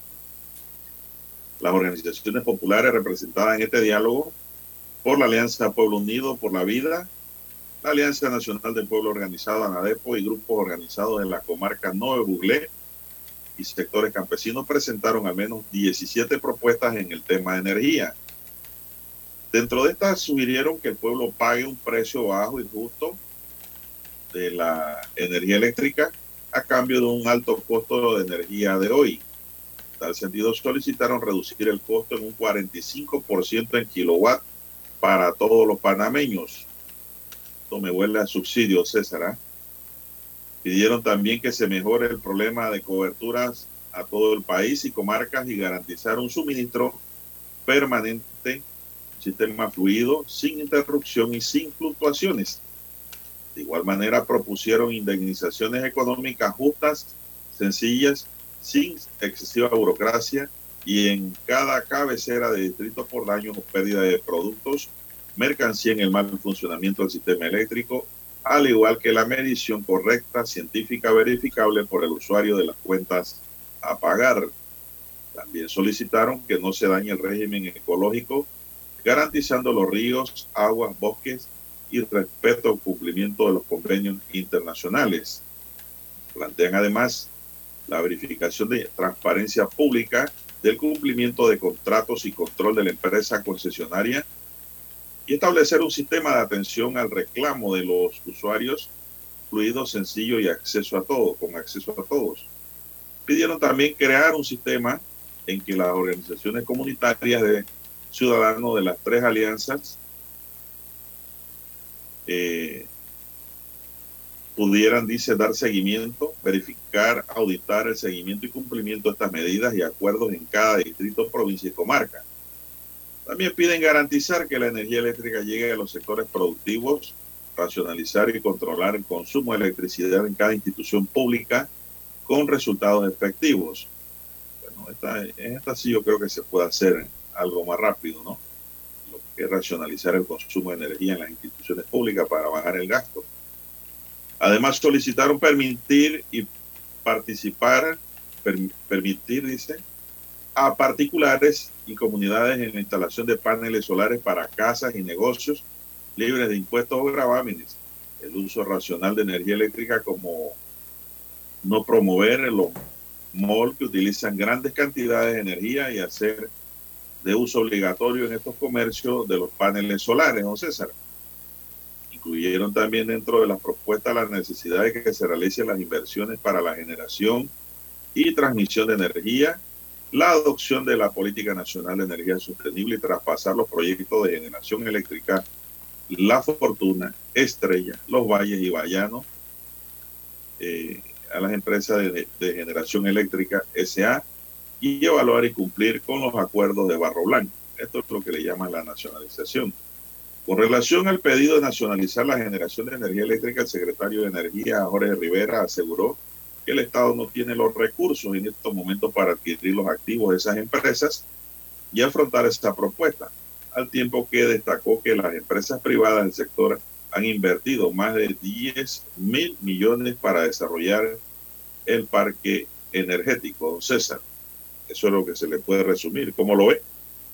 Las organizaciones populares representadas en este diálogo por la Alianza Pueblo Unido por la Vida, la Alianza Nacional del Pueblo Organizado ANADEPO y grupos organizados en la comarca Nuevo Buglé y sectores campesinos presentaron al menos 17 propuestas en el tema de energía. Dentro de estas sugirieron que el pueblo pague un precio bajo y justo de la energía eléctrica a cambio de un alto costo de energía de hoy. En tal sentido, solicitaron reducir el costo en un 45% en kilowatt para todos los panameños. Esto me huele a subsidio, César. Pidieron también que se mejore el problema de coberturas a todo el país y comarcas y garantizar un suministro permanente, sistema fluido, sin interrupción y sin fluctuaciones. De igual manera, propusieron indemnizaciones económicas justas, sencillas, sin excesiva burocracia y en cada cabecera de distrito por daños o pérdida de productos, mercancía en el mal funcionamiento del sistema eléctrico, al igual que la medición correcta, científica, verificable por el usuario de las cuentas a pagar. También solicitaron que no se dañe el régimen ecológico, garantizando los ríos, aguas, bosques y respeto al cumplimiento de los convenios internacionales. Plantean además la verificación de transparencia pública del cumplimiento de contratos y control de la empresa concesionaria y establecer un sistema de atención al reclamo de los usuarios fluido, sencillo y acceso a todo, con acceso a todos. Pidieron también crear un sistema en que las organizaciones comunitarias de ciudadanos de las 3 alianzas pudieran, dice, dar seguimiento, verificar, auditar el seguimiento y cumplimiento de estas medidas y acuerdos en cada distrito, provincia y comarca. También piden garantizar que la energía eléctrica llegue a los sectores productivos, racionalizar y controlar el consumo de electricidad en cada institución pública con resultados efectivos. Bueno, esta sí yo creo que se puede hacer algo más rápido, ¿no? Lo que es racionalizar el consumo de energía en las instituciones públicas para bajar el gasto. Además, solicitaron permitir, dice, a particulares y comunidades en la instalación de paneles solares para casas y negocios libres de impuestos o gravámenes. El uso racional de energía eléctrica, como no promover los malls que utilizan grandes cantidades de energía y hacer de uso obligatorio en estos comercios de los paneles solares, don César. Incluyeron también dentro de las propuestas la necesidad de que se realicen las inversiones para la generación y transmisión de energía, la adopción de la Política Nacional de Energía Sostenible y traspasar los proyectos de generación eléctrica La Fortuna, Estrella, Los Valles y Bayanos a las empresas de generación eléctrica SA y evaluar y cumplir con los acuerdos de Barro Blanco. Esto es lo que le llaman la nacionalización. Con relación al pedido de nacionalizar la generación de energía eléctrica, el secretario de Energía, Jorge Rivera, aseguró que el Estado no tiene los recursos en estos momentos para adquirir los activos de esas empresas y afrontar esta propuesta, al tiempo que destacó que las empresas privadas del sector han invertido más de 10.000 millones para desarrollar el parque energético. Don César, eso es lo que se le puede resumir. ¿Cómo lo ve?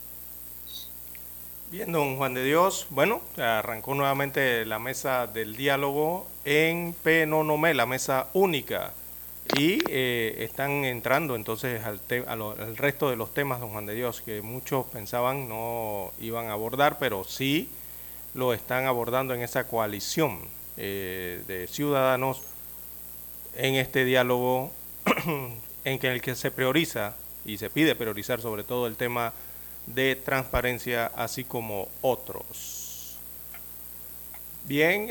Bien, don Juan de Dios. Bueno, arrancó nuevamente la mesa del diálogo en Penonomé, la mesa única. Y están entrando entonces al resto de los temas, don Juan de Dios, que muchos pensaban no iban a abordar, pero sí lo están abordando en esa coalición de ciudadanos en este diálogo en el que se prioriza y se pide priorizar sobre todo el tema de transparencia, así como otros. Bien,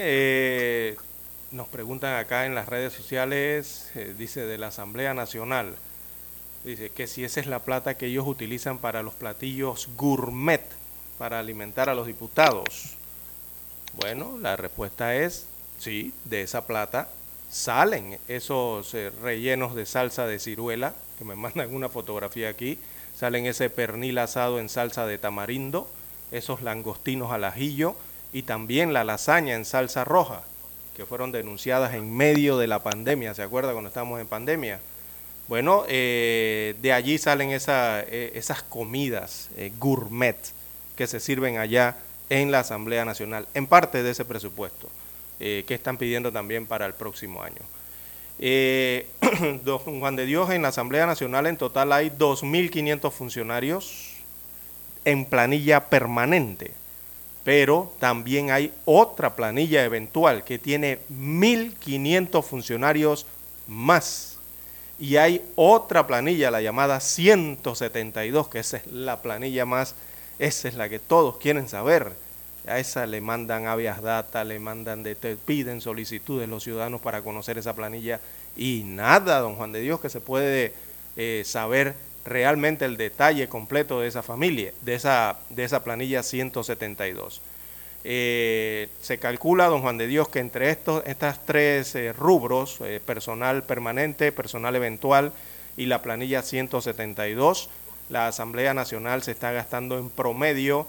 nos preguntan acá en las redes sociales, dice de la Asamblea Nacional, Dice que si esa es la plata que ellos utilizan para los platillos gourmet, para alimentar a los diputados. Bueno, la respuesta es sí, de esa plata salen esos rellenos de salsa de ciruela, que me mandan una fotografía aquí, salen ese pernil asado en salsa de tamarindo, esos langostinos al ajillo y también la lasaña en salsa roja, que fueron denunciadas en medio de la pandemia, ¿se acuerda cuando estábamos en pandemia? Bueno, de allí salen esas comidas gourmet que se sirven allá en la Asamblea Nacional, en parte de ese presupuesto que están pidiendo también para el próximo año. Don Juan de Dios, en la Asamblea Nacional en total hay 2.500 funcionarios en planilla permanente, pero también hay otra planilla eventual que tiene 1.500 funcionarios más. Y hay otra planilla, la llamada 172, que esa es la planilla más, esa es la que todos quieren saber. A esa le mandan habeas data, le mandan piden solicitudes los ciudadanos para conocer esa planilla y nada, don Juan de Dios, que se puede saber realmente el detalle completo de esa familia, de esa planilla 172. Se calcula, don Juan de Dios, que entre estas tres rubros, personal permanente, personal eventual y la planilla 172, la Asamblea Nacional se está gastando en promedio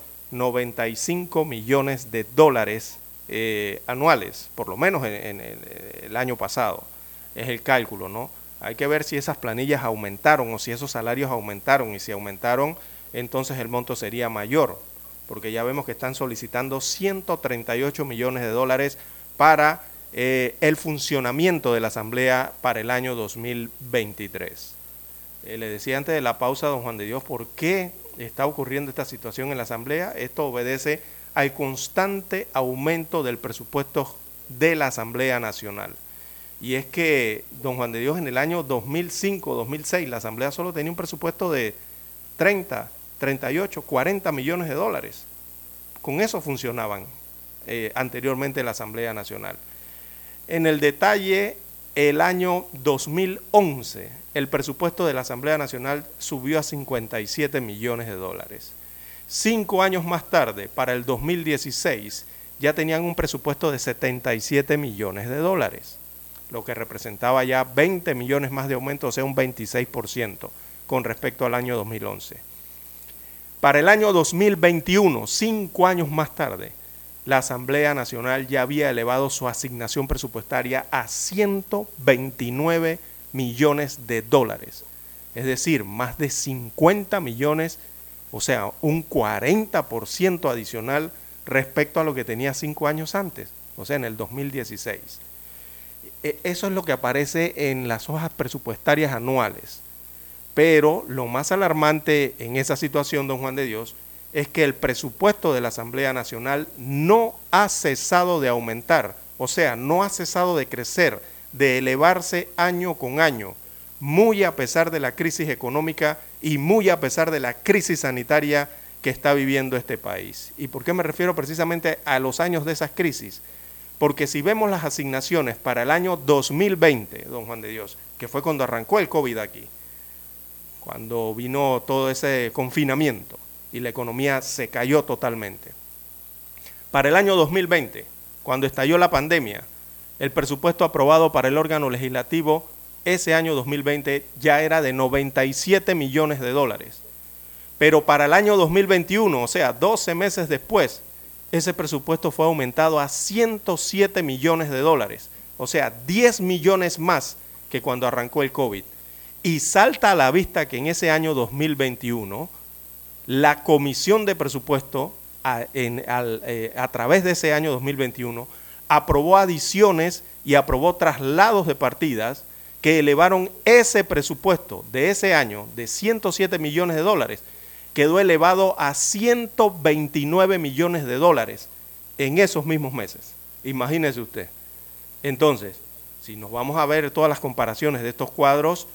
95 millones de dólares anuales, por lo menos en el año pasado, es el cálculo, ¿no? Hay que ver si esas planillas aumentaron o si esos salarios aumentaron, y si aumentaron, entonces el monto sería mayor, porque ya vemos que están solicitando 138 millones de dólares para el funcionamiento de la Asamblea para el año 2023. Le decía antes de la pausa, don Juan de Dios, ¿por qué está ocurriendo esta situación en la Asamblea? Esto obedece al constante aumento del presupuesto de la Asamblea Nacional. Y es que, don Juan de Dios, en el año 2005-2006 la Asamblea solo tenía un presupuesto de 30, 38, 40 millones de dólares. Con eso funcionaban anteriormente la Asamblea Nacional. En el detalle, el año 2011, el presupuesto de la Asamblea Nacional subió a 57 millones de dólares. 5 años más tarde, para el 2016, ya tenían un presupuesto de 77 millones de dólares, lo que representaba ya 20 millones más de aumento, o sea, un 26% con respecto al año 2011. Para el año 2021, 5 años más tarde, la Asamblea Nacional ya había elevado su asignación presupuestaria a 129 millones de dólares, es decir, más de 50 millones, o sea, un 40% adicional respecto a lo que tenía 5 años antes, o sea, en el 2016. Eso es lo que aparece en las hojas presupuestarias anuales. Pero lo más alarmante en esa situación, don Juan de Dios, es que el presupuesto de la Asamblea Nacional no ha cesado de aumentar, o sea, no ha cesado de crecer, de elevarse año con año, muy a pesar de la crisis económica y muy a pesar de la crisis sanitaria que está viviendo este país. ¿Y por qué me refiero precisamente a los años de esas crisis? Porque si vemos las asignaciones para el año 2020, don Juan de Dios, que fue cuando arrancó el COVID aquí, cuando vino todo ese confinamiento y la economía se cayó totalmente. Para el año 2020, cuando estalló la pandemia, el presupuesto aprobado para el órgano legislativo ese año 2020 ya era de 97 millones de dólares. Pero para el año 2021, o sea, 12 meses después, ese presupuesto fue aumentado a 107 millones de dólares, o sea, 10 millones más que cuando arrancó el COVID. Y salta a la vista que en ese año 2021, la Comisión de Presupuesto, a través de ese año 2021, aprobó adiciones y aprobó traslados de partidas que elevaron ese presupuesto de ese año de 107 millones de dólares, quedó elevado a 129 millones de dólares en esos mismos meses. Imagínese usted. Entonces, si nos vamos a ver todas las comparaciones de estos cuadros,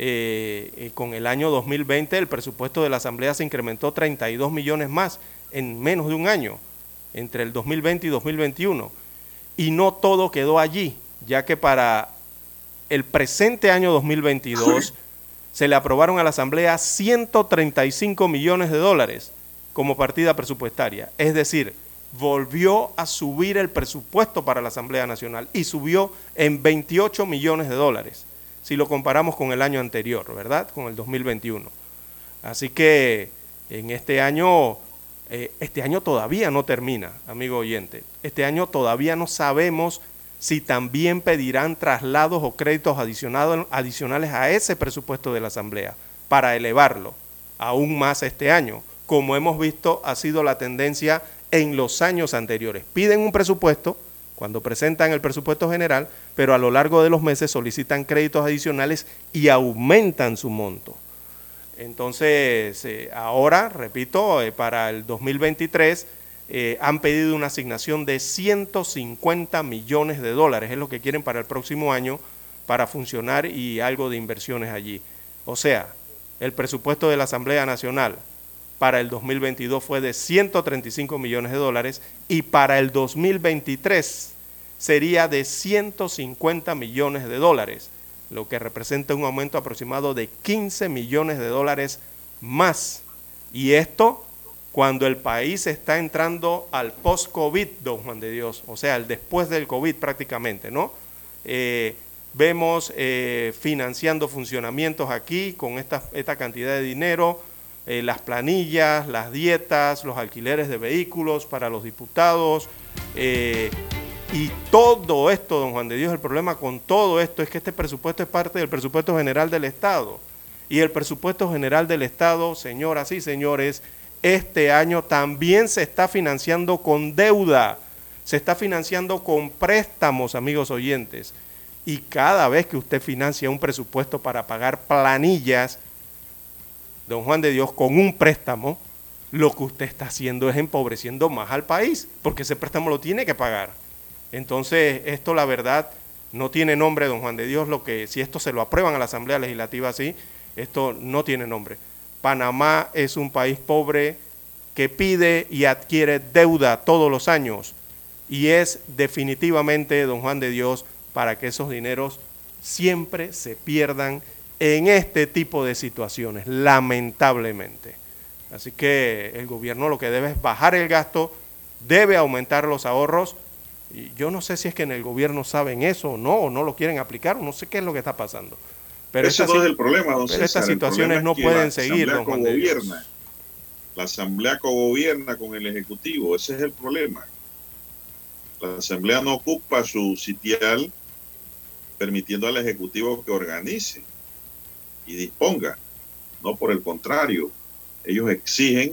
con el año 2020 el presupuesto de la Asamblea se incrementó 32 millones más en menos de un año, entre el 2020 y 2021. Y no todo quedó allí, ya que para el presente año 2022 se le aprobaron a la Asamblea 135 millones de dólares como partida presupuestaria. Es decir, volvió a subir el presupuesto para la Asamblea Nacional y subió en 28 millones de dólares, si lo comparamos con el año anterior, ¿verdad? Con el 2021. Así que en este año todavía no termina, amigo oyente. Este año todavía no sabemos si también pedirán traslados o créditos adicionales a ese presupuesto de la Asamblea para elevarlo aún más este año. Como hemos visto, ha sido la tendencia en los años anteriores. Piden un presupuesto cuando presentan el presupuesto general, pero a lo largo de los meses solicitan créditos adicionales y aumentan su monto. Entonces, ahora, repito, para el 2023 han pedido una asignación de 150 millones de dólares, es lo que quieren para el próximo año, para funcionar y algo de inversiones allí. O sea, el presupuesto de la Asamblea Nacional para el 2022 fue de 135 millones de dólares y para el 2023 sería de 150 millones de dólares, lo que representa un aumento aproximado de 15 millones de dólares más. Y esto cuando el país está entrando al post-COVID, don Juan de Dios, o sea, el después del COVID prácticamente, ¿no? Vemos financiando funcionamientos aquí con esta cantidad de dinero, las planillas, las dietas, los alquileres de vehículos para los diputados, y todo esto, don Juan de Dios, el problema con todo esto es que este presupuesto es parte del presupuesto general del Estado. Y el presupuesto general del Estado, señoras y señores, este año también se está financiando con deuda, se está financiando con préstamos, amigos oyentes. Y cada vez que usted financia un presupuesto para pagar planillas, don Juan de Dios, con un préstamo, lo que usted está haciendo es empobreciendo más al país, porque ese préstamo lo tiene que pagar. Entonces, esto la verdad no tiene nombre, don Juan de Dios, si esto se lo aprueban a la Asamblea Legislativa así, esto no tiene nombre. Panamá es un país pobre que pide y adquiere deuda todos los años y es definitivamente, don Juan de Dios, para que esos dineros siempre se pierdan en este tipo de situaciones, lamentablemente. Así que el gobierno lo que debe es bajar el gasto, debe aumentar los ahorros. Y yo no sé si es que en el gobierno saben eso o no lo quieren aplicar, o no sé qué es lo que está pasando. Pero
ese no es el problema, don César.
Estas situaciones no pueden seguir, don Juan de Dios.
La Asamblea cogobierna con el Ejecutivo, ese es el problema. La Asamblea no ocupa su sitial permitiendo al Ejecutivo que organice y disponga. No, por el contrario, ellos exigen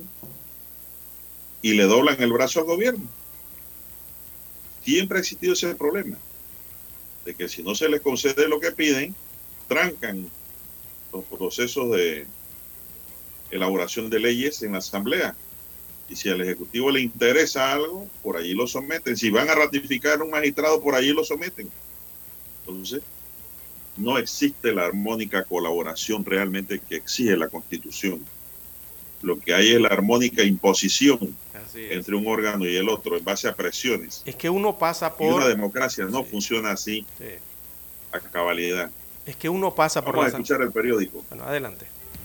y le doblan el brazo al gobierno. Siempre ha existido ese problema, de que si no se les concede lo que piden, trancan los procesos de elaboración de leyes en la Asamblea. Y si al Ejecutivo le interesa algo, por allí lo someten. Si van a ratificar un magistrado, por allí lo someten. Entonces, no existe la armónica colaboración realmente que exige la Constitución. Lo que hay es la armónica imposición entre un órgano y el otro en base a presiones.
Es que uno pasa por...
Y una democracia no funciona así a cabalidad.
Es que uno pasa por...
Vamos a escuchar el periódico.
Bueno, adelante.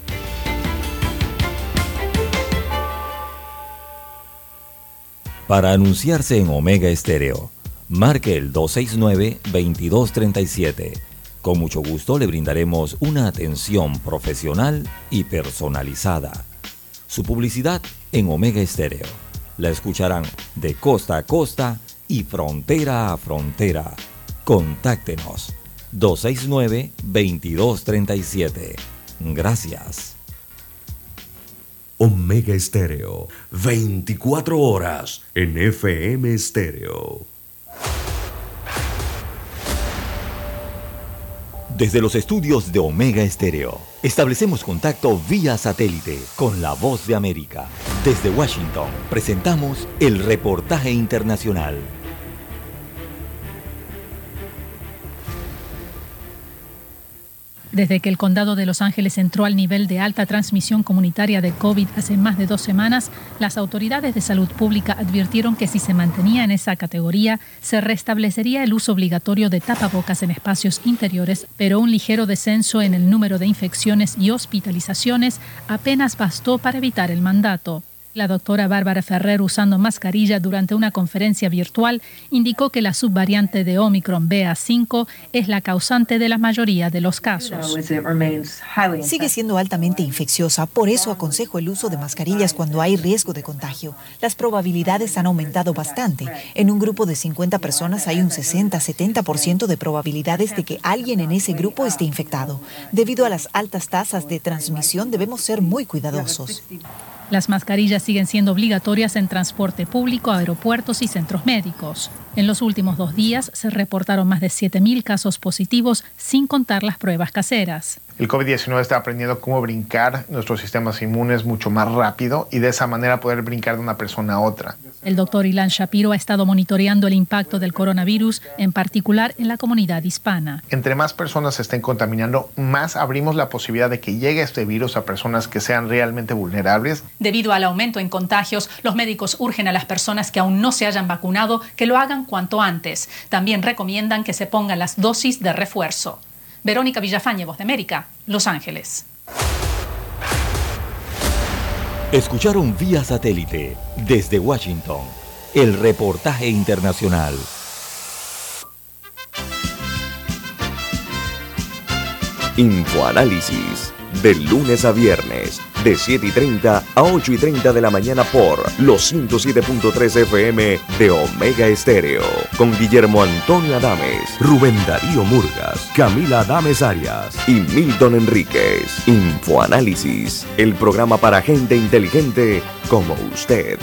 Para anunciarse en Omega Estéreo, marque el 269-2237. Con mucho gusto le brindaremos una atención profesional y personalizada. Su publicidad en Omega Estéreo. La escucharán de costa a costa y frontera a frontera. Contáctenos 269-2237. Gracias.
Omega Estéreo, 24 horas en FM Estéreo.
Desde los estudios de Omega Estéreo, establecemos contacto vía satélite con la Voz de América. Desde Washington, presentamos el reportaje internacional.
Desde que el condado de Los Ángeles entró al nivel de alta transmisión comunitaria de COVID hace más de 2 semanas, las autoridades de salud pública advirtieron que si se mantenía en esa categoría, se restablecería el uso obligatorio de tapabocas en espacios interiores, pero un ligero descenso en el número de infecciones y hospitalizaciones apenas bastó para evitar el mandato. La doctora Bárbara Ferrer, usando mascarilla durante una conferencia virtual, indicó que la subvariante de Omicron BA.5 es la causante de la mayoría de los casos.
Sigue siendo altamente infecciosa, por eso aconsejo el uso de mascarillas cuando hay riesgo de contagio. Las probabilidades han aumentado bastante. En un grupo de 50 personas hay un 60-70% de probabilidades de que alguien en ese grupo esté infectado. Debido a las altas tasas de transmisión, debemos ser muy cuidadosos.
Las mascarillas siguen siendo obligatorias en transporte público, aeropuertos y centros médicos. En los últimos 2 días se reportaron más de 7.000 casos positivos, sin contar las pruebas caseras.
El COVID-19 está aprendiendo cómo brincar nuestros sistemas inmunes mucho más rápido y de esa manera poder brincar de una persona a otra.
El doctor Ilan Shapiro ha estado monitoreando el impacto del coronavirus, en particular en la comunidad hispana.
Entre más personas se estén contaminando, más abrimos la posibilidad de que llegue este virus a personas que sean realmente vulnerables.
Debido al aumento en contagios, los médicos urgen a las personas que aún no se hayan vacunado que lo hagan cuanto antes. También recomiendan que se pongan las dosis de refuerzo. Verónica Villafañe, Voz de América, Los Ángeles.
Escucharon vía satélite desde Washington el reportaje internacional.
Infoanálisis, de lunes a viernes, de 7:30 a 8:30 de la mañana por los 107.3 FM de Omega Estéreo. Con Guillermo Antonio Adames, Rubén Darío Murgas, Camila Adames Arias y Milton Enríquez. Infoanálisis, el programa para gente inteligente como usted.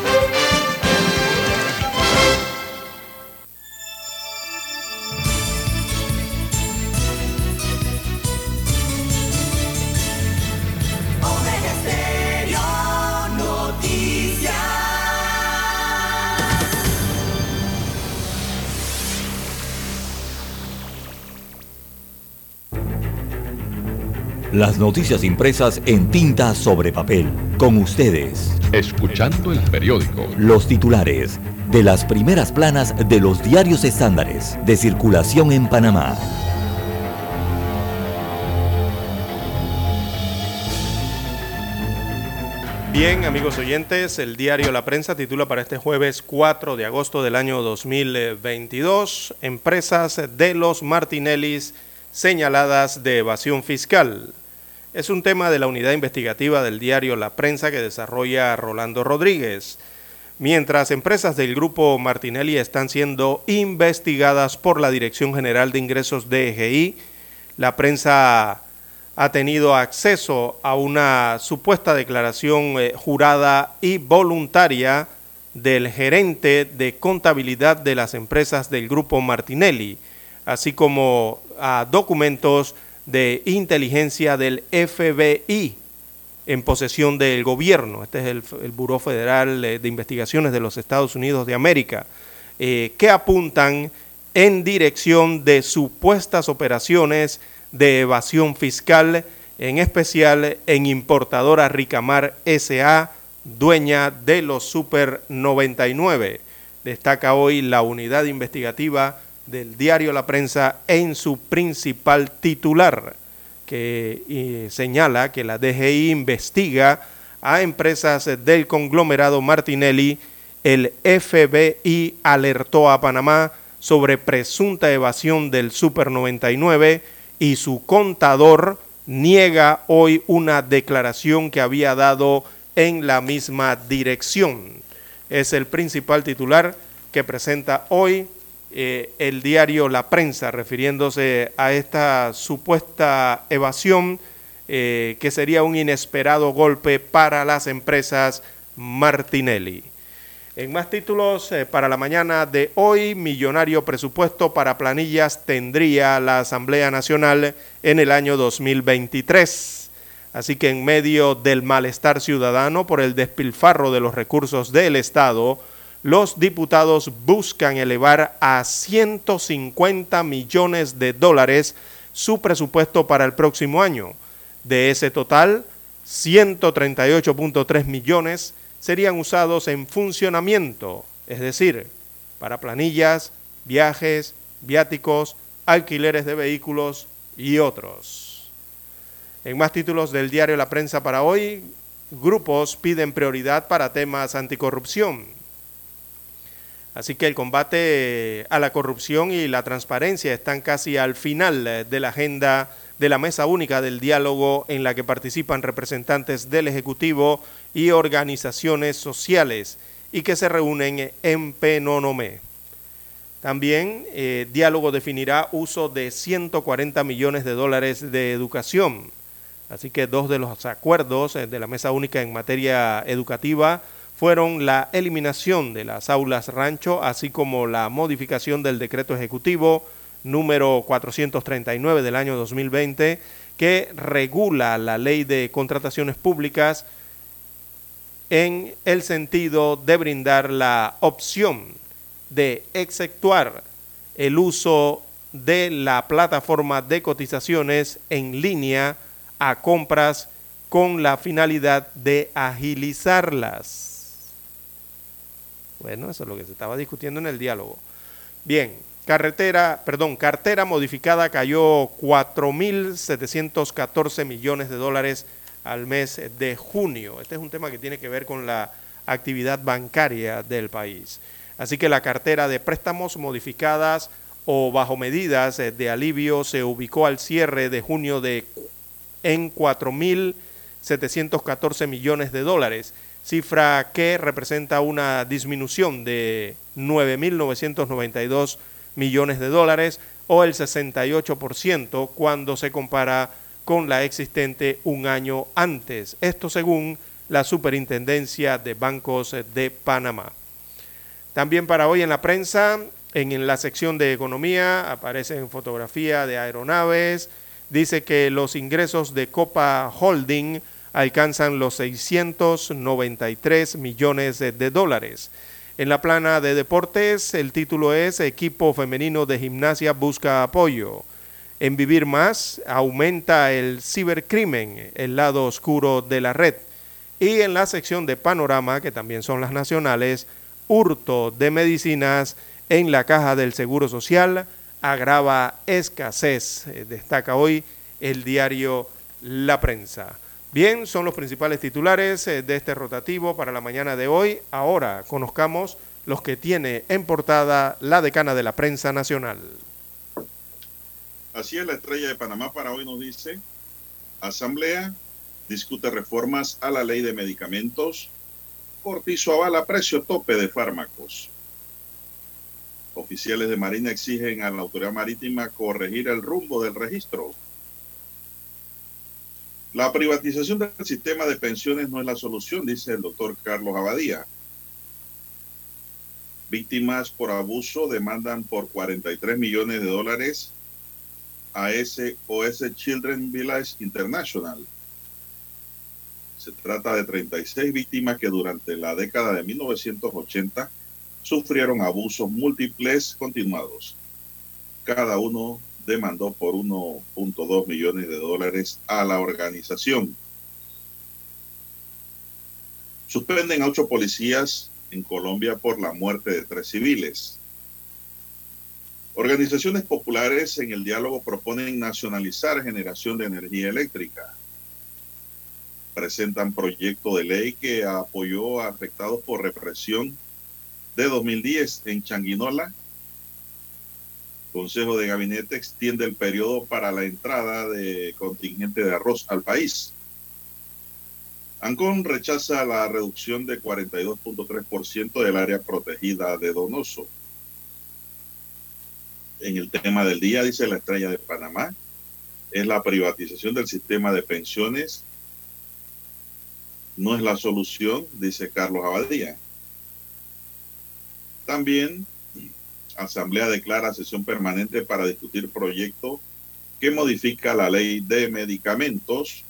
Las noticias impresas en tinta sobre papel. Con ustedes.
Escuchando el periódico.
Los titulares de las primeras planas de los diarios estándares de circulación en Panamá.
Bien, amigos oyentes, el diario La Prensa titula para este jueves 4 de agosto del año 2022, empresas de los Martinellis señaladas de evasión fiscal. Es un tema de la unidad investigativa del diario La Prensa que desarrolla Rolando Rodríguez. Mientras empresas del grupo Martinelli están siendo investigadas por la Dirección General de Ingresos DGI, la prensa ha tenido acceso a una supuesta declaración jurada y voluntaria del gerente de contabilidad de las empresas del grupo Martinelli, así como a documentos de inteligencia del FBI en posesión del gobierno. Este es el Buró Federal de Investigaciones de los Estados Unidos de América, que apuntan en dirección de supuestas operaciones de evasión fiscal, en especial en importadora Ricamar S.A., dueña de los Super 99. Destaca hoy la unidad investigativa del diario La Prensa en su principal titular, que señala que la DGI investiga a empresas del conglomerado Martinelli. El FBI alertó a Panamá sobre presunta evasión del Super 99 y su contador niega hoy una declaración que había dado en la misma dirección. Es el principal titular que presenta hoy el diario La Prensa, refiriéndose a esta supuesta evasión que sería un inesperado golpe para las empresas Martinelli. En más títulos, para la mañana de hoy, millonario presupuesto para planillas tendría la Asamblea Nacional en el año 2023. Así que en medio del malestar ciudadano por el despilfarro de los recursos del Estado, los diputados buscan elevar a $150 millones su presupuesto para el próximo año. De ese total, 138.3 millones serían usados en funcionamiento, es decir, para planillas, viajes, viáticos, alquileres de vehículos y otros. En más títulos del diario La Prensa para hoy, grupos piden prioridad para temas anticorrupción. Así que el combate a la corrupción y la transparencia están casi al final de la agenda de la mesa única del diálogo en la que participan representantes del Ejecutivo y organizaciones sociales y que se reúnen en Penonomé. También diálogo definirá uso de 140 millones de dólares de educación. Así que dos de los acuerdos de la mesa única en materia educativa fueron la eliminación de las aulas rancho, así como la modificación del decreto ejecutivo número 439 del año 2020, que regula la ley de contrataciones públicas en el sentido de brindar la opción de exceptuar el uso de la plataforma de cotizaciones en línea a compras con la finalidad de agilizarlas. Bueno, eso es lo que se estaba discutiendo en el diálogo. Bien, cartera modificada cayó 4.714 millones de dólares al mes de junio. Este es un tema que tiene que ver con la actividad bancaria del país. Así que la cartera de préstamos modificadas o bajo medidas de alivio se ubicó al cierre de junio en 4.714 millones de dólares, cifra que representa una disminución de 9.992 millones de dólares o el 68% cuando se compara con la existente un año antes. Esto según la Superintendencia de Bancos de Panamá. También para hoy en la prensa, en la sección de economía, aparece en fotografía de aeronaves. Dice que los ingresos de Copa Holding alcanzan los 693 millones de dólares. En la plana de deportes, el título es Equipo femenino de gimnasia busca apoyo. En Vivir Más, aumenta el cibercrimen, el lado oscuro de la red. Y en la sección de panorama, que también son las nacionales, hurto de medicinas en la caja del Seguro Social agrava escasez, destaca hoy el diario La Prensa. Bien, son los principales titulares de este rotativo para la mañana de hoy. Ahora conozcamos los que tiene en portada la decana de la prensa nacional.
Así es, la Estrella de Panamá para hoy nos dice: Asamblea discute reformas a la ley de medicamentos. Cortizo avala precio tope de fármacos. Oficiales de Marina exigen a la Autoridad Marítima corregir el rumbo del registro. La privatización del sistema de pensiones no es la solución, dice el doctor Carlos Abadía. Víctimas por abuso demandan por 43 millones de dólares a SOS Children Village International. Se trata de 36 víctimas que durante la década de 1980 sufrieron abusos múltiples continuados. Cada uno demandó por 1.2 millones de dólares a la organización. Suspenden a 8 policías en Colombia por la muerte de 3 civiles. Organizaciones populares en el diálogo proponen nacionalizar generación de energía eléctrica. Presentan proyecto de ley que apoyó a afectados por represión de 2010 en Changuinola. Consejo de Gabinete extiende el periodo para la entrada de contingente de arroz al país. Ancón rechaza la reducción de 42.3% del área protegida de Donoso. En el tema del día, dice la Estrella de Panamá, es la privatización del sistema de pensiones. No es la solución, dice Carlos Abadía. También, Asamblea declara sesión permanente para discutir proyecto que modifica la ley de medicamentos.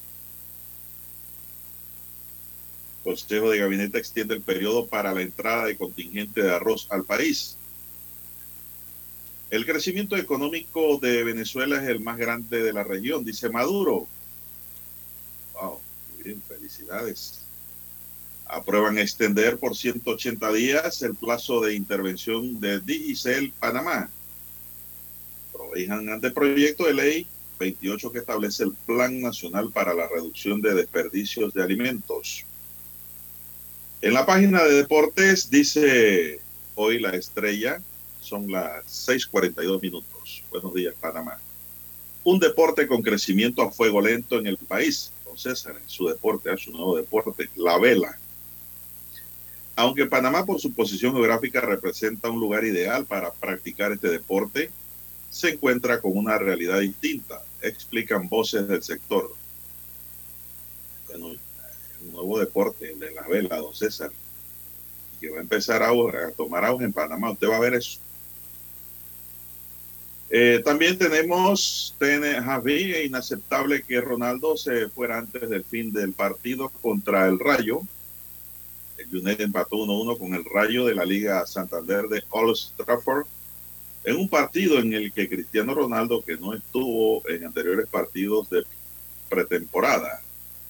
Consejo de Gabinete extiende el periodo para la entrada de contingente de arroz al país. El crecimiento económico de Venezuela es el más grande de la región, dice Maduro. Wow, muy bien, felicidades. Aprueban extender por 180 días el plazo de intervención de Digicel Panamá. Provejan anteproyecto de ley 28 que establece el Plan Nacional para la Reducción de Desperdicios de Alimentos. En la página de deportes dice hoy La Estrella, son las 6:42 minutos. Buenos días, Panamá. Un deporte con crecimiento a fuego lento en el país. Don César, en su deporte, su nuevo deporte, la vela. Aunque Panamá por su posición geográfica representa un lugar ideal para practicar este deporte, se encuentra con una realidad distinta, explican voces del sector. Bueno, un nuevo deporte, el de la vela, don César, que va a empezar a tomar auge en Panamá. Usted va a ver eso. También tenemos Javi, es inaceptable que Ronaldo se fuera antes del fin del partido contra el Rayo. El United empató 1-1 con el Rayo de la Liga Santander de Old Trafford, en un partido en el que Cristiano Ronaldo, que no estuvo en anteriores partidos de pretemporada.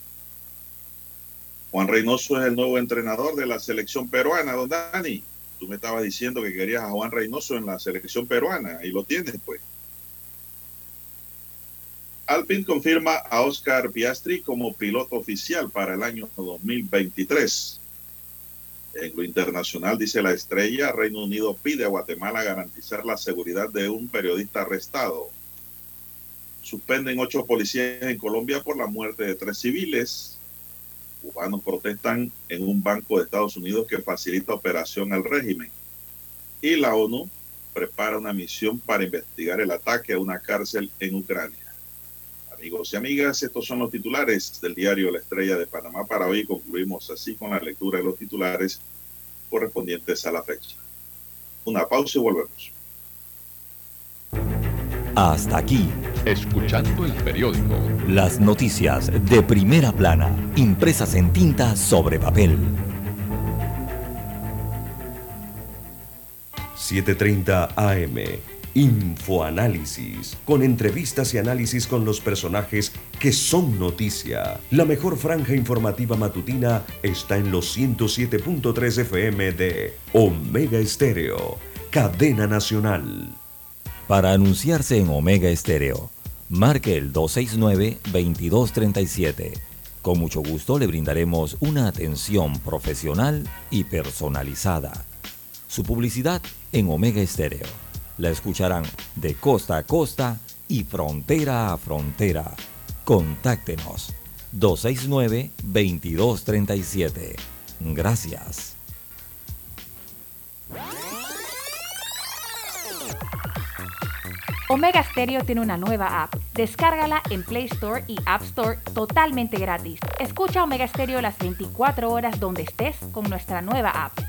Juan Reynoso es el nuevo entrenador de la selección peruana, don Dani. Tú me estabas diciendo que querías a Juan Reynoso en la selección peruana, y lo tienes, pues. Alpine confirma a Oscar Piastri como piloto oficial para el año 2023. En lo internacional, dice La Estrella, Reino Unido pide a Guatemala garantizar la seguridad de un periodista arrestado. Suspenden 8 policías en Colombia por la muerte de 3 civiles. Cubanos protestan en un banco de Estados Unidos que facilita operación al régimen. Y la ONU prepara una misión para investigar el ataque a una cárcel en Ucrania. Amigos y amigas, estos son los titulares del diario La Estrella de Panamá para hoy. Concluimos así con la lectura de los titulares correspondientes a la fecha. Una pausa y volvemos.
Hasta aquí.
Escuchando el periódico.
Las noticias de primera plana, impresas en tinta sobre papel.
7:30 AM. Infoanálisis, con entrevistas y análisis con los personajes que son noticia. La mejor franja informativa matutina está en los 107.3 FM de Omega Estéreo, cadena nacional.
Para anunciarse en Omega Estéreo, marque el 269-2237. Con mucho gusto le brindaremos una atención profesional y personalizada. Su publicidad en Omega Estéreo. La escucharán de costa a costa y frontera a frontera. Contáctenos 269-2237. Gracias.
Omega Stereo tiene una nueva app. Descárgala en Play Store y App Store totalmente gratis. Escucha Omega Stereo las 24 horas donde estés con nuestra nueva app.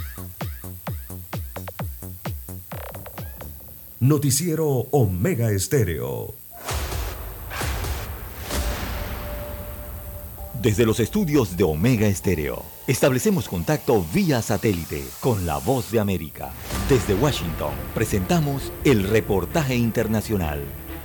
Noticiero Omega Estéreo.
Desde los estudios de Omega Estéreo, establecemos contacto vía satélite con la Voz de América. Desde Washington, presentamos el reportaje internacional.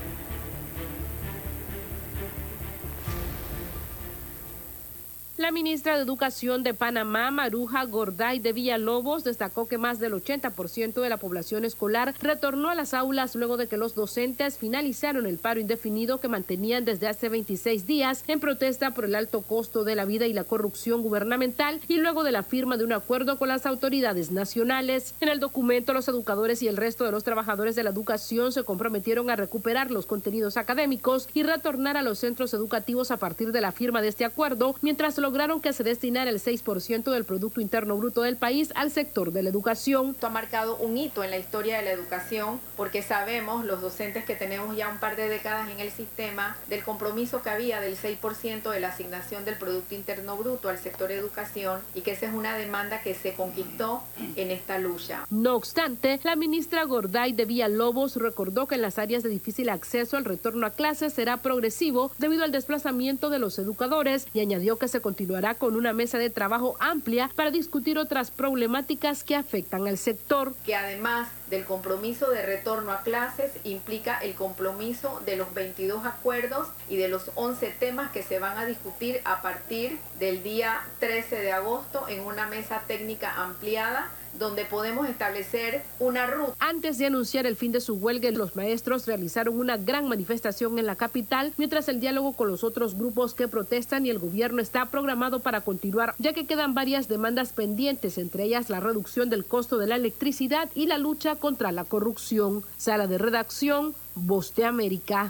La ministra de Educación de Panamá, Maruja Gorday de Villalobos, destacó que más del 80% de la población escolar retornó a las aulas luego de que los docentes finalizaron el paro indefinido que mantenían desde hace 26 días en protesta por el alto costo de la vida y la corrupción gubernamental y luego de la firma de un acuerdo con las autoridades nacionales. En el documento, los educadores y el resto de los trabajadores de la educación se comprometieron a recuperar los contenidos académicos y retornar a los centros educativos a partir de la firma de este acuerdo, mientras lograron que se destinara el 6% del Producto Interno Bruto del país al sector de la educación.
Esto ha marcado un hito en la historia de la educación porque sabemos, los docentes que tenemos ya un par de décadas en el sistema, del compromiso que había del 6% de la asignación del Producto Interno Bruto al sector de educación y que esa es una demanda que se conquistó en esta lucha.
No obstante, la ministra Gorday de Villalobos recordó que en las áreas de difícil acceso el retorno a clases será progresivo debido al desplazamiento de los educadores y añadió que se continuará con una mesa de trabajo amplia para discutir otras problemáticas que afectan al sector.
Que además del compromiso de retorno a clases implica el compromiso de los 22 acuerdos y de los 11 temas que se van a discutir a partir del día 13 de agosto en una mesa técnica ampliada, donde podemos establecer una ruta.
Antes de anunciar el fin de su huelga, los maestros realizaron una gran manifestación en la capital, mientras el diálogo con los otros grupos que protestan y el gobierno está programado para continuar, ya que quedan varias demandas pendientes, entre ellas la reducción del costo de la electricidad y la lucha contra la corrupción. Sala de redacción, Voz de América.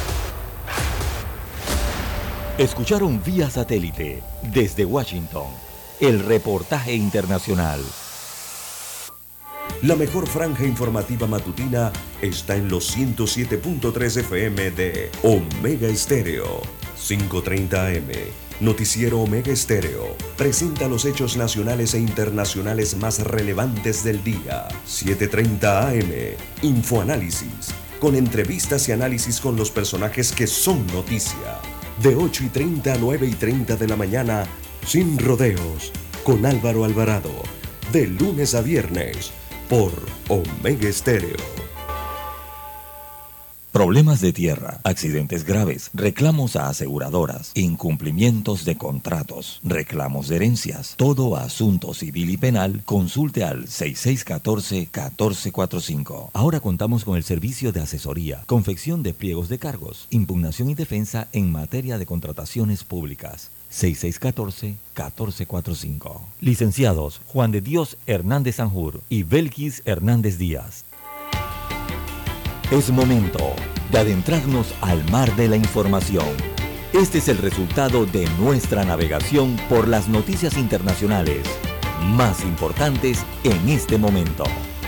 Escucharon vía satélite desde Washington el reportaje internacional.
La mejor franja informativa matutina está en los 107.3 FM de Omega Estéreo. 5:30 AM. Noticiero Omega Estéreo presenta los hechos nacionales e internacionales más relevantes del día. 7:30 AM. Infoanálisis, con entrevistas y análisis con los personajes que son noticia. De 8:30 a 9:30 de la mañana, Sin Rodeos, con Álvaro Alvarado. De lunes a viernes, por Omega Estéreo.
Problemas de tierra, accidentes graves, reclamos a aseguradoras, incumplimientos de contratos, reclamos de herencias, todo asunto civil y penal, consulte al 6614-1445. Ahora contamos con el servicio de asesoría, confección de pliegos de cargos, impugnación y defensa en materia de contrataciones públicas. 6614-1445. Licenciados Juan de Dios Hernández Sanjur y Belkis Hernández Díaz. Es momento de adentrarnos al mar de la información. Este es el resultado de nuestra navegación por las noticias internacionales más importantes en este momento.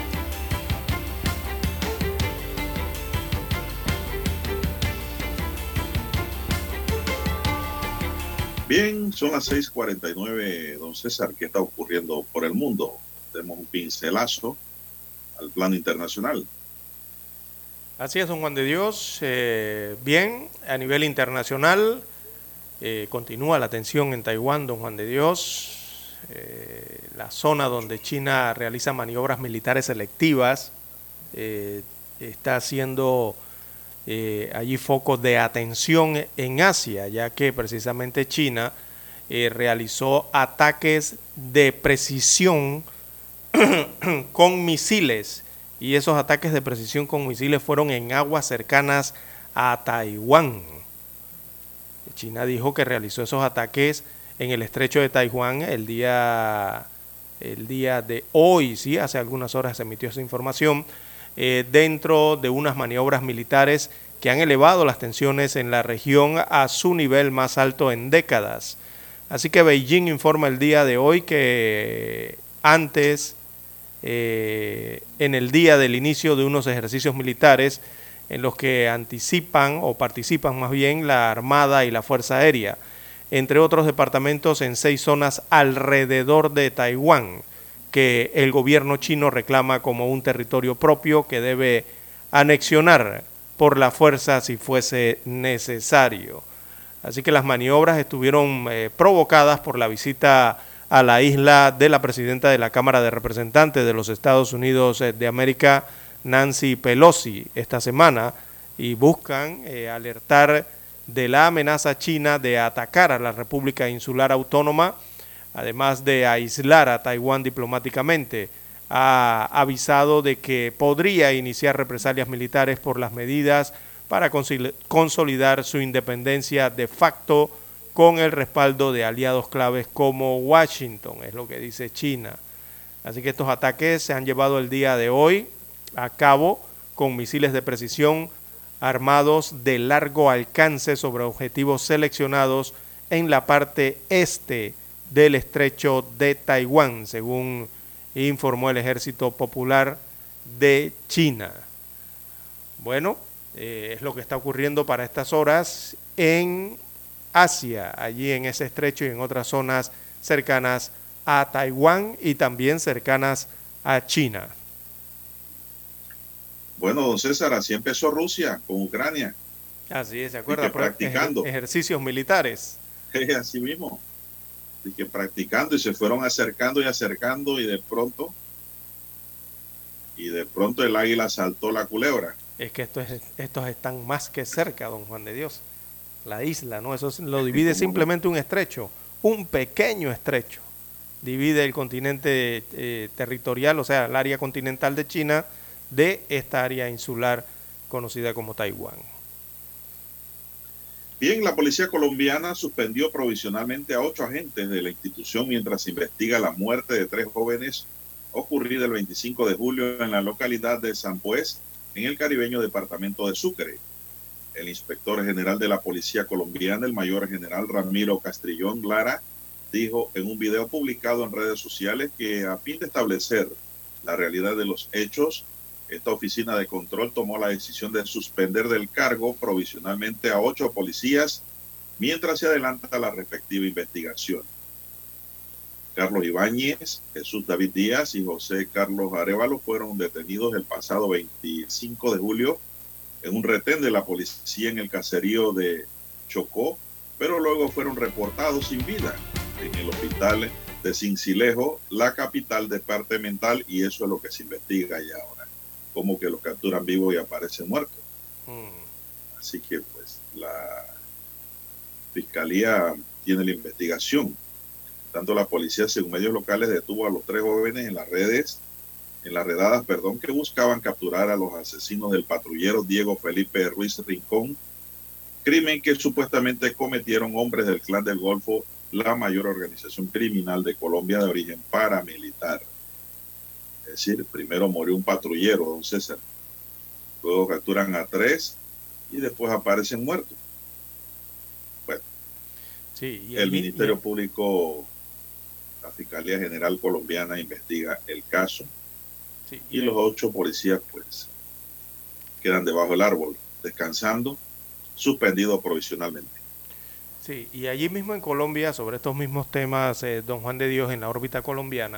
Bien, son las 6:49, don César. ¿Qué está ocurriendo por el mundo? Demos un pincelazo al plano internacional.
Así es, don Juan de Dios. Bien, a nivel internacional continúa la tensión en Taiwán, don Juan de Dios. La zona donde China realiza maniobras militares selectivas está siendo allí foco de atención en Asia, ya que precisamente China realizó ataques de precisión con misiles, y esos ataques de precisión con misiles fueron en aguas cercanas a Taiwán. China dijo que realizó esos ataques en el estrecho de Taiwán el día de hoy, sí, hace algunas horas se emitió esa información, dentro de unas maniobras militares que han elevado las tensiones en la región a su nivel más alto en décadas. Así que Beijing informa el día de hoy que antes, en el día del inicio de unos ejercicios militares en los que anticipan o participan más bien la Armada y la Fuerza Aérea, entre otros departamentos en 6 zonas alrededor de Taiwán, que el gobierno chino reclama como un territorio propio que debe anexionar por la fuerza si fuese necesario. Así que las maniobras estuvieron provocadas por la visita a la isla de la presidenta de la Cámara de Representantes de los Estados Unidos de América, Nancy Pelosi, esta semana, y buscan alertar de la amenaza china de atacar a la República Insular Autónoma, además de aislar a Taiwán diplomáticamente. Ha avisado de que podría iniciar represalias militares por las medidas para consolidar su independencia de facto con el respaldo de aliados claves como Washington, es lo que dice China. Así que estos ataques se han llevado el día de hoy a cabo con misiles de precisión armados de largo alcance sobre objetivos seleccionados en la parte este del estrecho de Taiwán, según informó el Ejército Popular de China. Bueno, es lo que está ocurriendo para estas horas en Asia, allí en ese estrecho y en otras zonas cercanas a Taiwán y también cercanas a China.
Bueno, don César, así empezó Rusia con Ucrania.
Así es, ¿se acuerda?
Practicando
ejercicios militares.
Así mismo. Así que practicando y se fueron acercando y de pronto y de pronto el águila saltó la culebra.
Es que estos están más que cerca, don Juan de Dios. La isla, ¿no? Eso lo divide simplemente un estrecho, un pequeño estrecho. Divide el continente territorial, o sea, el área continental de China, de esta área insular conocida como Taiwán.
Bien, la policía colombiana suspendió provisionalmente a 8 agentes de la institución mientras se investiga la muerte de 3 jóvenes ocurrida el 25 de julio en la localidad de San Pues, en el caribeño departamento de Sucre. El inspector general de la policía colombiana, el mayor general Ramiro Castrillón Lara, dijo en un video publicado en redes sociales que a fin de establecer la realidad de los hechos, esta oficina de control tomó la decisión de suspender del cargo provisionalmente a 8 policías mientras se adelanta la respectiva investigación. Carlos Ibáñez, Jesús David Díaz y José Carlos Arévalo fueron detenidos el pasado 25 de julio en un retén de la policía en el caserío de Chocó, pero luego fueron reportados sin vida en el hospital de Cincelejo, la capital departamental, y eso es lo que se investiga ya ahora, como que los capturan vivos y aparecen muertos. Así que pues la fiscalía tiene la investigación. Tanto la policía, según medios locales, detuvo a los 3 jóvenes en las redadas, que buscaban capturar a los asesinos del patrullero Diego Felipe Ruiz Rincón, crimen que supuestamente cometieron hombres del Clan del Golfo, la mayor organización criminal de Colombia de origen paramilitar. Es decir, primero murió un patrullero, don César, luego capturan a 3 y después aparecen muertos. Bueno, sí, el Ministerio Público, la Fiscalía General Colombiana investiga el caso, sí, y los 8 policías pues quedan debajo del árbol, descansando, suspendidos provisionalmente.
Sí, y allí mismo en Colombia, sobre estos mismos temas, don Juan de Dios, en la órbita colombiana,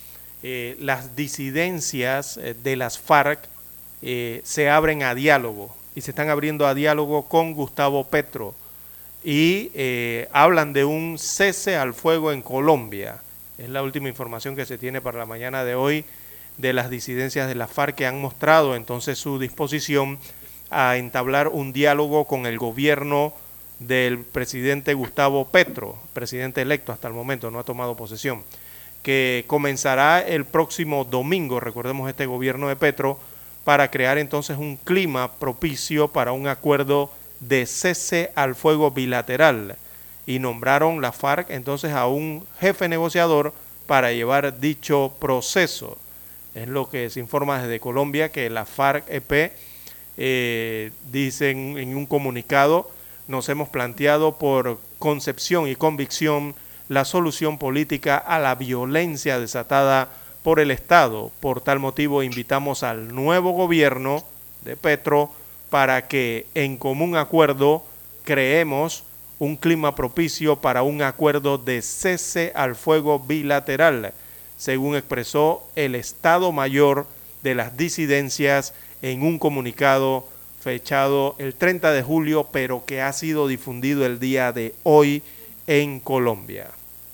las disidencias de las FARC se abren a diálogo, y se están abriendo a diálogo con Gustavo Petro, y hablan de un cese al fuego en Colombia. Es la última información que se tiene para la mañana de hoy de las disidencias de la FARC, que han mostrado entonces su disposición a entablar un diálogo con el gobierno del presidente Gustavo Petro, presidente electo hasta el momento, no ha tomado posesión, que comenzará el próximo domingo, recordemos este gobierno de Petro, para crear entonces un clima propicio para un acuerdo de cese al fuego bilateral, y nombraron la FARC entonces a un jefe negociador para llevar dicho proceso. Es lo que se informa desde Colombia, que la FARC-EP dicen en un comunicado: nos hemos planteado por concepción y convicción la solución política a la violencia desatada por el Estado. Por tal motivo invitamos al nuevo gobierno de Petro para que en común acuerdo creemos un clima propicio para un acuerdo de cese al fuego bilateral, según expresó el Estado Mayor de las disidencias en un comunicado fechado el 30 de julio, pero que ha sido difundido el día de hoy en Colombia.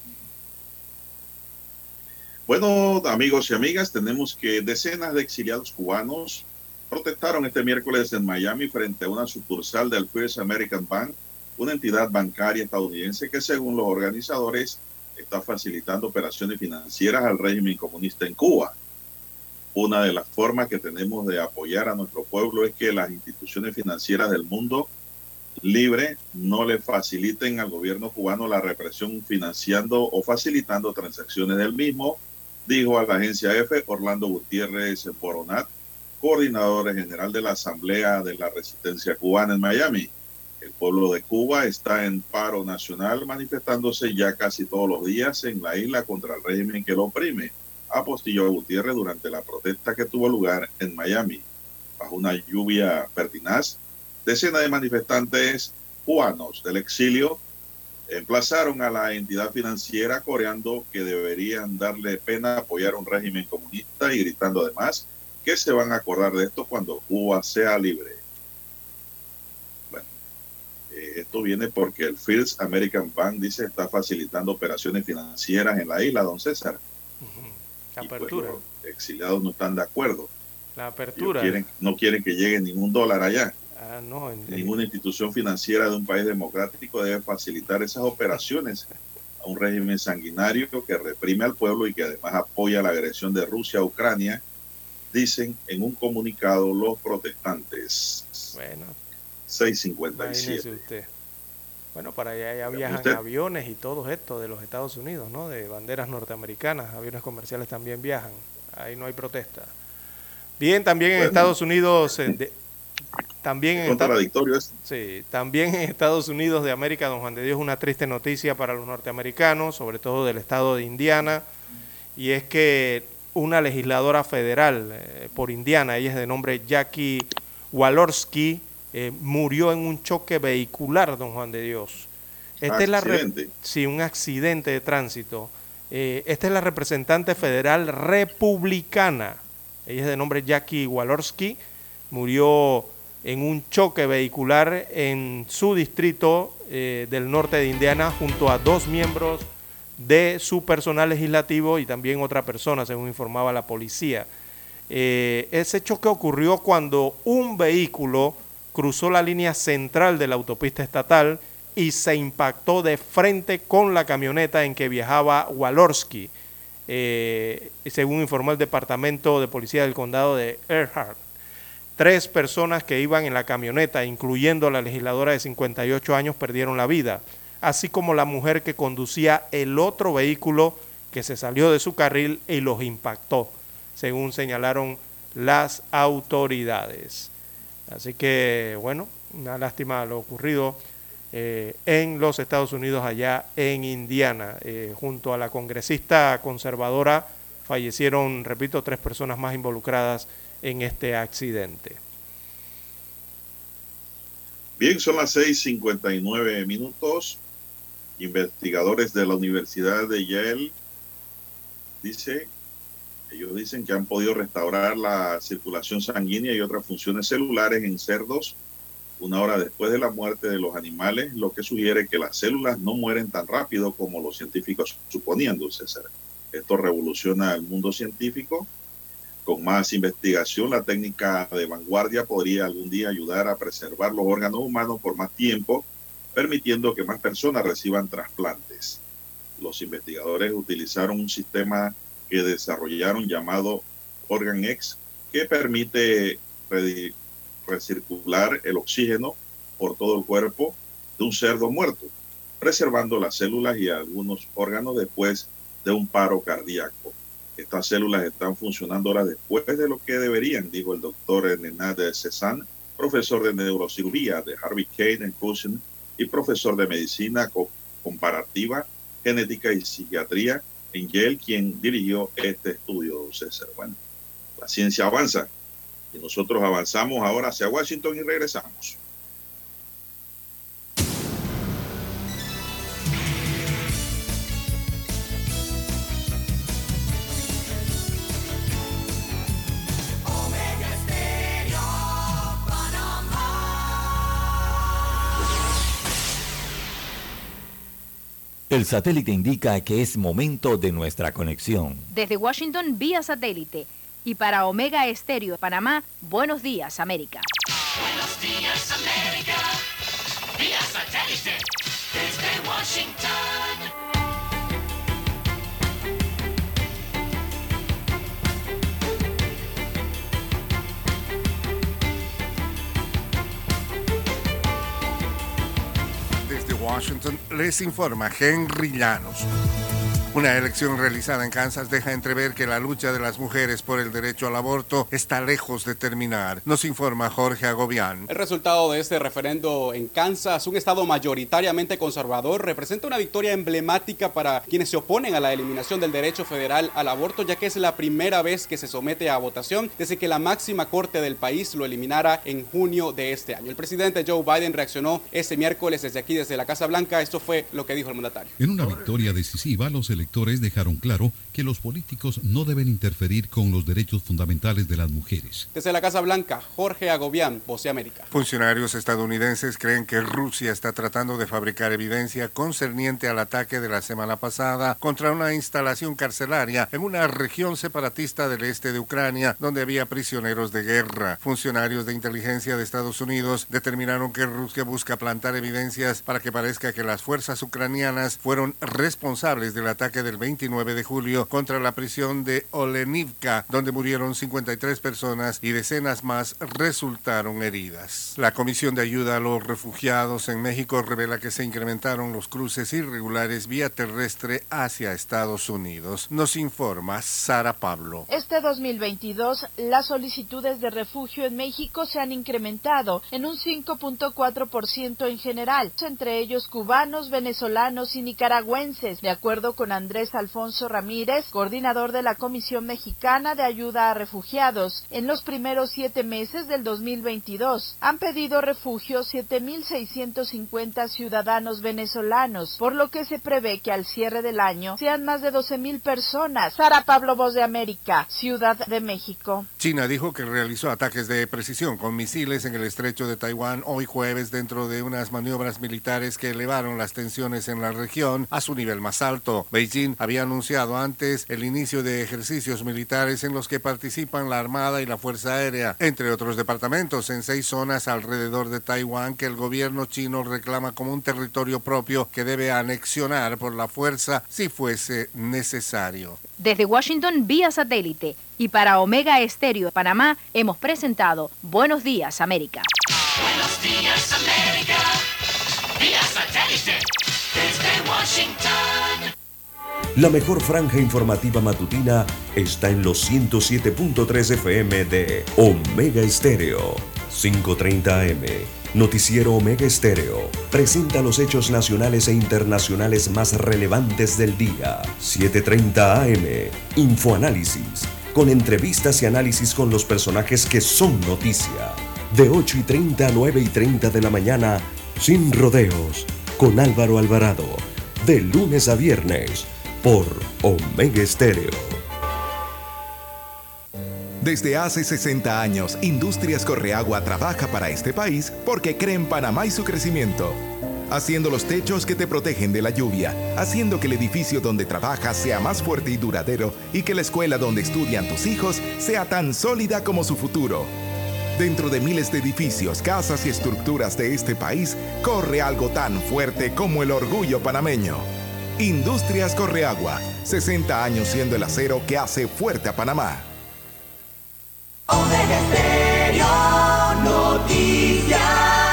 Bueno, amigos y amigas, tenemos que decenas de exiliados cubanos protestaron este miércoles en Miami frente a una sucursal del First American Bank, una entidad bancaria estadounidense que, según los organizadores, está facilitando operaciones financieras al régimen comunista en Cuba. Una de las formas que tenemos de apoyar a nuestro pueblo es que las instituciones financieras del mundo libre no le faciliten al gobierno cubano la represión financiando o facilitando transacciones del mismo, dijo a la agencia EFE Orlando Gutiérrez Boronat, coordinador general de la Asamblea de la Resistencia Cubana en Miami. El pueblo de Cuba está en paro nacional, manifestándose ya casi todos los días en la isla contra el régimen que lo oprime, apostilló Gutiérrez durante la protesta que tuvo lugar en Miami. Bajo una lluvia pertinaz, decenas de manifestantes cubanos del exilio emplazaron a la entidad financiera coreando que deberían darle pena apoyar un régimen comunista y gritando además que se van a acordar de esto cuando Cuba sea libre. Bueno, esto viene porque el First American Bank dice está facilitando operaciones financieras en la isla, don César.
Apertura.
Y pues los exiliados no están de acuerdo.
La apertura.
No quieren que llegue ningún dólar allá.
No,
ninguna institución financiera de un país democrático debe facilitar esas operaciones a un régimen sanguinario que reprime al pueblo y que además apoya la agresión de Rusia a Ucrania, dicen en un comunicado los protestantes.
Bueno,
6:57.
Usted. Bueno, para allá ya viajan aviones y todo esto de los Estados Unidos, ¿no? De banderas norteamericanas, aviones comerciales también viajan. Ahí no hay protesta. Bien, también en Estados Unidos... También en Estados Unidos de América, don Juan de Dios, una triste noticia para los norteamericanos, sobre todo del estado de Indiana, y es que una legisladora federal por Indiana, ella es de nombre Jackie Walorski, murió en un choque vehicular, don Juan de Dios. Sí, un accidente de tránsito. Esta es la representante federal republicana, ella es de nombre Jackie Walorski, murió en un choque vehicular en su distrito del norte de Indiana junto a 2 miembros de su personal legislativo y también otra persona, según informaba la policía. Ese choque ocurrió cuando un vehículo cruzó la línea central de la autopista estatal y se impactó de frente con la camioneta en que viajaba Walorski, según informó el Departamento de Policía del Condado de Earhart. 3 personas que iban en la camioneta, incluyendo la legisladora de 58 años, perdieron la vida, así como la mujer que conducía el otro vehículo que se salió de su carril y los impactó, según señalaron las autoridades. Así que, bueno, una lástima lo ocurrido en los Estados Unidos, allá en Indiana. Junto a la congresista conservadora fallecieron, repito, 3 personas más involucradas en este accidente.
Bien, son las 6:59. Investigadores de la Universidad de Yale ellos dicen que han podido restaurar la circulación sanguínea y otras funciones celulares en cerdos 1 hora después de la muerte de los animales, lo que sugiere que las células no mueren tan rápido como los científicos suponían, César. Esto revoluciona el mundo científico. Con más investigación, la técnica de vanguardia podría algún día ayudar a preservar los órganos humanos por más tiempo, permitiendo que más personas reciban trasplantes. Los investigadores utilizaron un sistema que desarrollaron llamado OrganX, que permite recircular el oxígeno por todo el cuerpo de un cerdo muerto, preservando las células y algunos órganos después de un paro cardíaco. Estas células están funcionando ahora después de lo que deberían, dijo el doctor Nenad Cezanne, profesor de neurocirugía de Harvey Kane Cousin y profesor de medicina comparativa, genética y psiquiatría en Yale, quien dirigió este estudio, César. Bueno, la ciencia avanza y nosotros avanzamos ahora hacia Washington y regresamos.
El satélite indica que es momento de nuestra conexión.
Desde Washington, vía satélite. Y para Omega Estéreo de Panamá, buenos días, América.
Buenos días, América. Vía satélite. Desde Washington.
Washington, les informa Henry Llanos. Una elección realizada en Kansas deja entrever que la lucha de las mujeres por el derecho al aborto está lejos de terminar. Nos informa Jorge Agobián.
El resultado de este referendo en Kansas, un estado mayoritariamente conservador, representa una victoria emblemática para quienes se oponen a la eliminación del derecho federal al aborto, ya que es la primera vez que se somete a votación desde que la máxima corte del país lo eliminara en junio de este año. El presidente Joe Biden reaccionó este miércoles desde aquí, desde la Casa Blanca. Esto fue lo que dijo el mandatario.
En una victoria decisiva, los electores sectores dejaron claro que los políticos no deben interferir con los derechos fundamentales de las mujeres.
Desde la Casa Blanca, Jorge Agobián, Voz de América.
Funcionarios estadounidenses creen que Rusia está tratando de fabricar evidencia concerniente al ataque de la semana pasada contra una instalación carcelaria en una región separatista del este de Ucrania, donde había prisioneros de guerra. Funcionarios de inteligencia de Estados Unidos determinaron que Rusia busca plantar evidencias para que parezca que las fuerzas ucranianas fueron responsables del ataque del 29 de julio contra la prisión de Olenivka, donde murieron 53 personas y decenas más resultaron heridas. La Comisión de Ayuda a los Refugiados en México revela que se incrementaron los cruces irregulares vía terrestre hacia Estados Unidos. Nos informa Sara Pablo.
Este 2022, las solicitudes de refugio en México se han incrementado en un 5.4% en general, entre ellos cubanos, venezolanos y nicaragüenses, de acuerdo con Andrés Alfonso Ramírez, coordinador de la Comisión Mexicana de Ayuda a Refugiados. En los primeros 7 meses del 2022 han pedido refugio 7.650 ciudadanos venezolanos, por lo que se prevé que al cierre del año sean más de 12.000 personas. Sara Pablo, Voz de América, Ciudad de México.
China dijo que realizó ataques de precisión con misiles en el estrecho de Taiwán hoy jueves dentro de unas maniobras militares que elevaron las tensiones en la región a su nivel más alto. Beijing había anunciado antes el inicio de ejercicios militares en los que participan la Armada y la Fuerza Aérea, entre otros departamentos, en 6 zonas alrededor de Taiwán que el gobierno chino reclama como un territorio propio que debe anexionar por la fuerza si fuese necesario.
Desde Washington, vía satélite, y para Omega Estéreo de Panamá, hemos presentado Buenos Días, América.
Buenos días, América. Vía satélite. Desde Washington.
La mejor franja informativa matutina está en los 107.3 FM de Omega Estéreo. 5:30 AM. Noticiero Omega Estéreo presenta los hechos nacionales e internacionales más relevantes del día. 7:30 AM. Infoanálisis, con entrevistas y análisis con los personajes que son noticia. De 8:30 a 9:30 de la mañana, Sin Rodeos, con Álvaro Alvarado. De lunes a viernes, por Omega Estéreo.
Desde hace 60 años, Industrias Correagua trabaja para este país porque cree en Panamá y su crecimiento. Haciendo los techos que te protegen de la lluvia, haciendo que el edificio donde trabajas sea más fuerte y duradero y que la escuela donde estudian tus hijos sea tan sólida como su futuro. Dentro de miles de edificios, casas y estructuras de este país, corre algo tan fuerte como el orgullo panameño. Industrias Correagua, 60 años siendo el acero que hace fuerte a Panamá.
Omega Estéreo Noticias.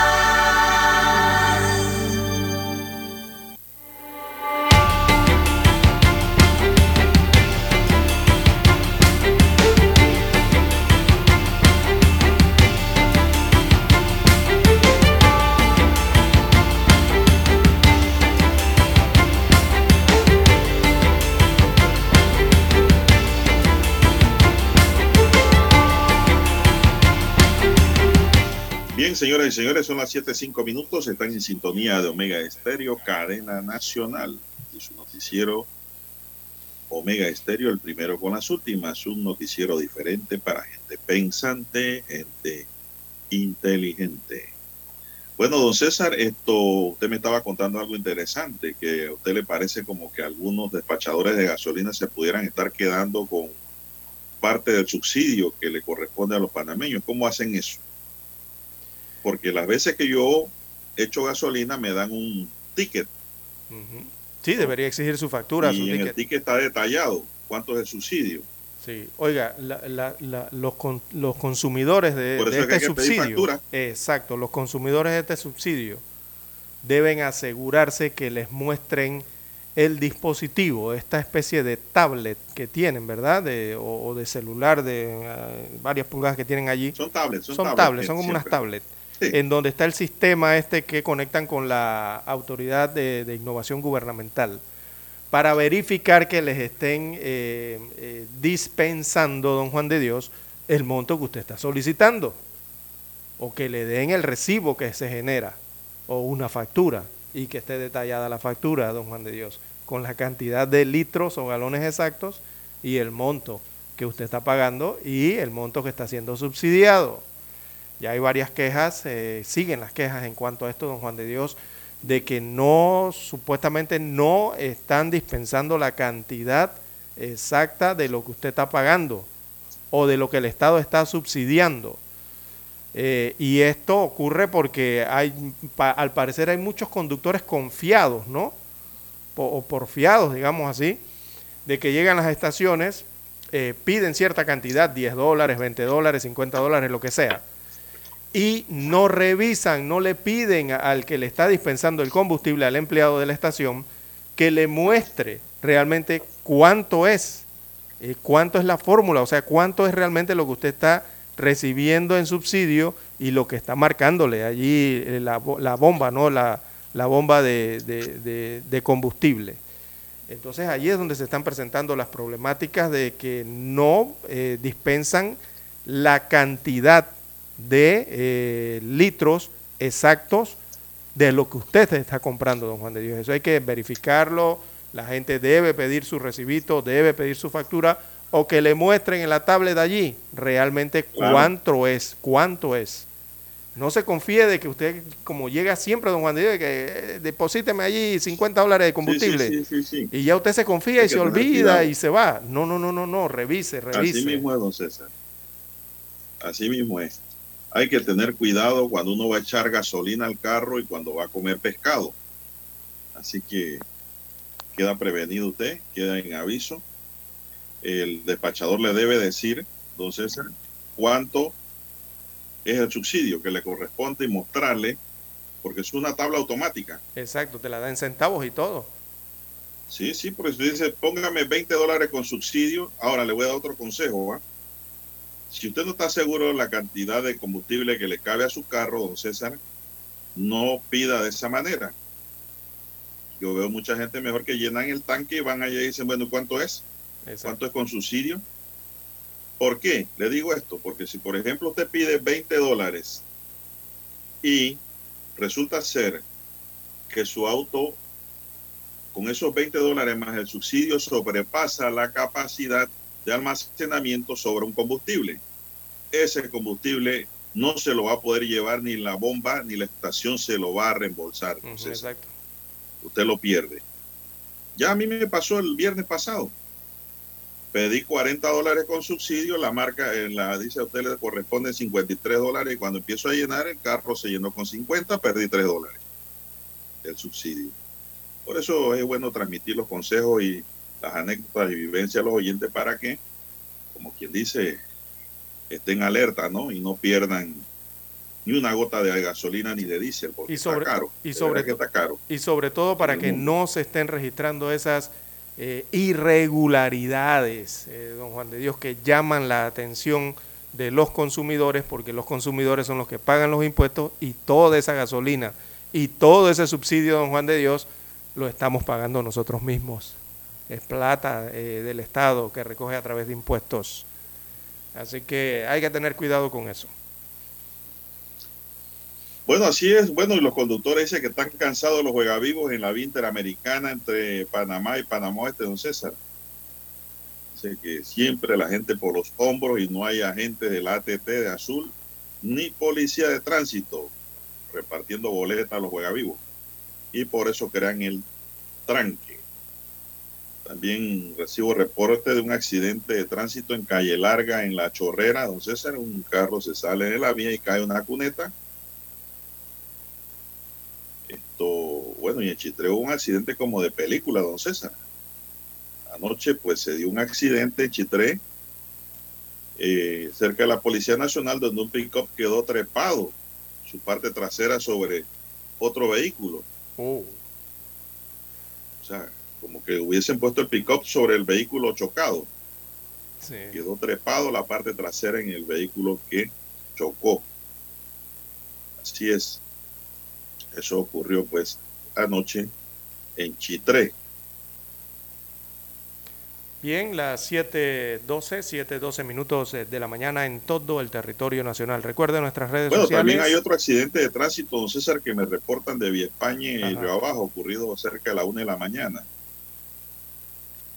Bien, señoras y señores, son las 7:05. Están en sintonía de Omega Estéreo, cadena nacional, y su noticiero Omega Estéreo, el primero con las últimas, un noticiero diferente para gente pensante, gente inteligente. Bueno, don César, usted me estaba contando algo interesante, que a usted le parece como que algunos despachadores de gasolina se pudieran estar quedando con parte del subsidio que le corresponde a los panameños. ¿Cómo hacen eso? Porque las veces que yo echo gasolina me dan un ticket.
Sí, debería exigir su factura.
Y
su
en
ticket.
el ticket está detallado cuánto es el subsidio.
Sí, oiga, los consumidores de este subsidio, exacto, los consumidores de este subsidio deben asegurarse que les muestren el dispositivo, esta especie de tablet que tienen, ¿verdad? O de celular de varias pulgadas que tienen allí.
Son tablets. Son
como
siempre.
unas tablets.
Sí.
En donde está el sistema que conectan con la autoridad de innovación gubernamental para verificar que les estén dispensando, don Juan de Dios, el monto que usted está solicitando, o que le den el recibo que se genera, o una factura, y que esté detallada la factura, don Juan de Dios. con la cantidad de litros o galones exactos y el monto que usted está pagando y el monto que está siendo subsidiado. Ya hay varias quejas, siguen las quejas en cuanto a esto, don Juan de Dios, de que supuestamente no están dispensando la cantidad exacta de lo que usted está pagando o de lo que el Estado está subsidiando. Y esto ocurre porque al parecer hay muchos conductores confiados, ¿no? O porfiados, digamos así, de que llegan a las estaciones, piden cierta cantidad, $10, $20, $50, lo que sea, y no revisan, no le piden al que le está dispensando el combustible, al empleado de la estación, que le muestre realmente cuánto es la fórmula, o sea, cuánto es realmente lo que usted está recibiendo en subsidio y lo que está marcándole allí la bomba, ¿no? La bomba de combustible. Entonces allí es donde se están presentando las problemáticas de que no dispensan la cantidad de litros exactos de lo que usted está comprando, don Juan de Dios. Eso hay que verificarlo, la gente debe pedir su recibito, debe pedir su factura, o que le muestren en la tablet allí realmente cuánto es. No se confíe de que usted, como llega siempre, don Juan de Dios, que deposíteme allí $50 de combustible. Sí. Y ya usted se confía y se olvida y se va. No, revise.
Así mismo es, don César. Así mismo es. Hay que tener cuidado cuando uno va a echar gasolina al carro y cuando va a comer pescado. Así que queda prevenido usted, queda en aviso. El despachador le debe decir, don César, cuánto es el subsidio que le corresponde y mostrarle, porque es una tabla automática.
Exacto, te la da en centavos y todo.
Sí, porque usted dice, póngame $20 con subsidio. Ahora le voy a dar otro consejo, ¿va? Si usted no está seguro de la cantidad de combustible que le cabe a su carro, don César, no pida de esa manera. Yo veo mucha gente mejor que llenan el tanque y van allá y dicen, bueno, ¿cuánto es? Exacto. ¿Cuánto es con subsidio? ¿Por qué? Le digo esto, porque si por ejemplo usted pide $20 y resulta ser que su auto con esos $20 más el subsidio sobrepasa la capacidad de almacenamiento sobre un combustible, ese combustible no se lo va a poder llevar ni la bomba ni la estación se lo va a reembolsar.
Exacto.
Usted lo pierde. Ya a mí me pasó el viernes pasado. Pedí $40 con subsidio, la marca, dice a usted le corresponde $53 y cuando empiezo a llenar el carro se llenó con 50, perdí $3 del subsidio. Por eso es bueno transmitir los consejos y las anécdotas y vivencias a los oyentes para que, como quien dice, estén alerta, ¿no? Y no pierdan ni una gota de gasolina ni de diésel, porque está caro.
Y sobre todo para que no se estén registrando esas irregularidades, don Juan de Dios, que llaman la atención de los consumidores, porque los consumidores son los que pagan los impuestos y toda esa gasolina y todo ese subsidio, don Juan de Dios, lo estamos pagando nosotros mismos. Es plata del Estado que recoge a través de impuestos. Así que hay que tener cuidado con eso.
Bueno, así es. Bueno, y los conductores dicen que están cansados los juegavivos en la vía interamericana entre Panamá y Panamá Oeste, don César. Dice que siempre la gente por los hombros y no hay agentes del ATT de Azul ni policía de tránsito repartiendo boletas a los juegavivos. Y por eso crean el tranque. También recibo reporte de un accidente de tránsito en Calle Larga, en La Chorrera, don César. Un carro se sale de la vía y cae una cuneta. Bueno, y en Chitré hubo un accidente como de película, don César. Anoche, pues, se dio un accidente en Chitré, cerca de la Policía Nacional, donde un pick-up quedó trepado, su parte trasera sobre otro vehículo. O sea, como que hubiesen puesto el pick-up sobre el vehículo chocado. Sí. Quedó trepado la parte trasera en el vehículo que chocó. Así es. Eso ocurrió pues anoche en Chitré.
Bien, las 7:12 minutos de la mañana en todo el territorio nacional. Recuerden nuestras redes sociales.
Bueno, también hay otro accidente de tránsito, don César, que me reportan de Vía España y Río Abajo, ocurrido cerca de la 1 de la mañana.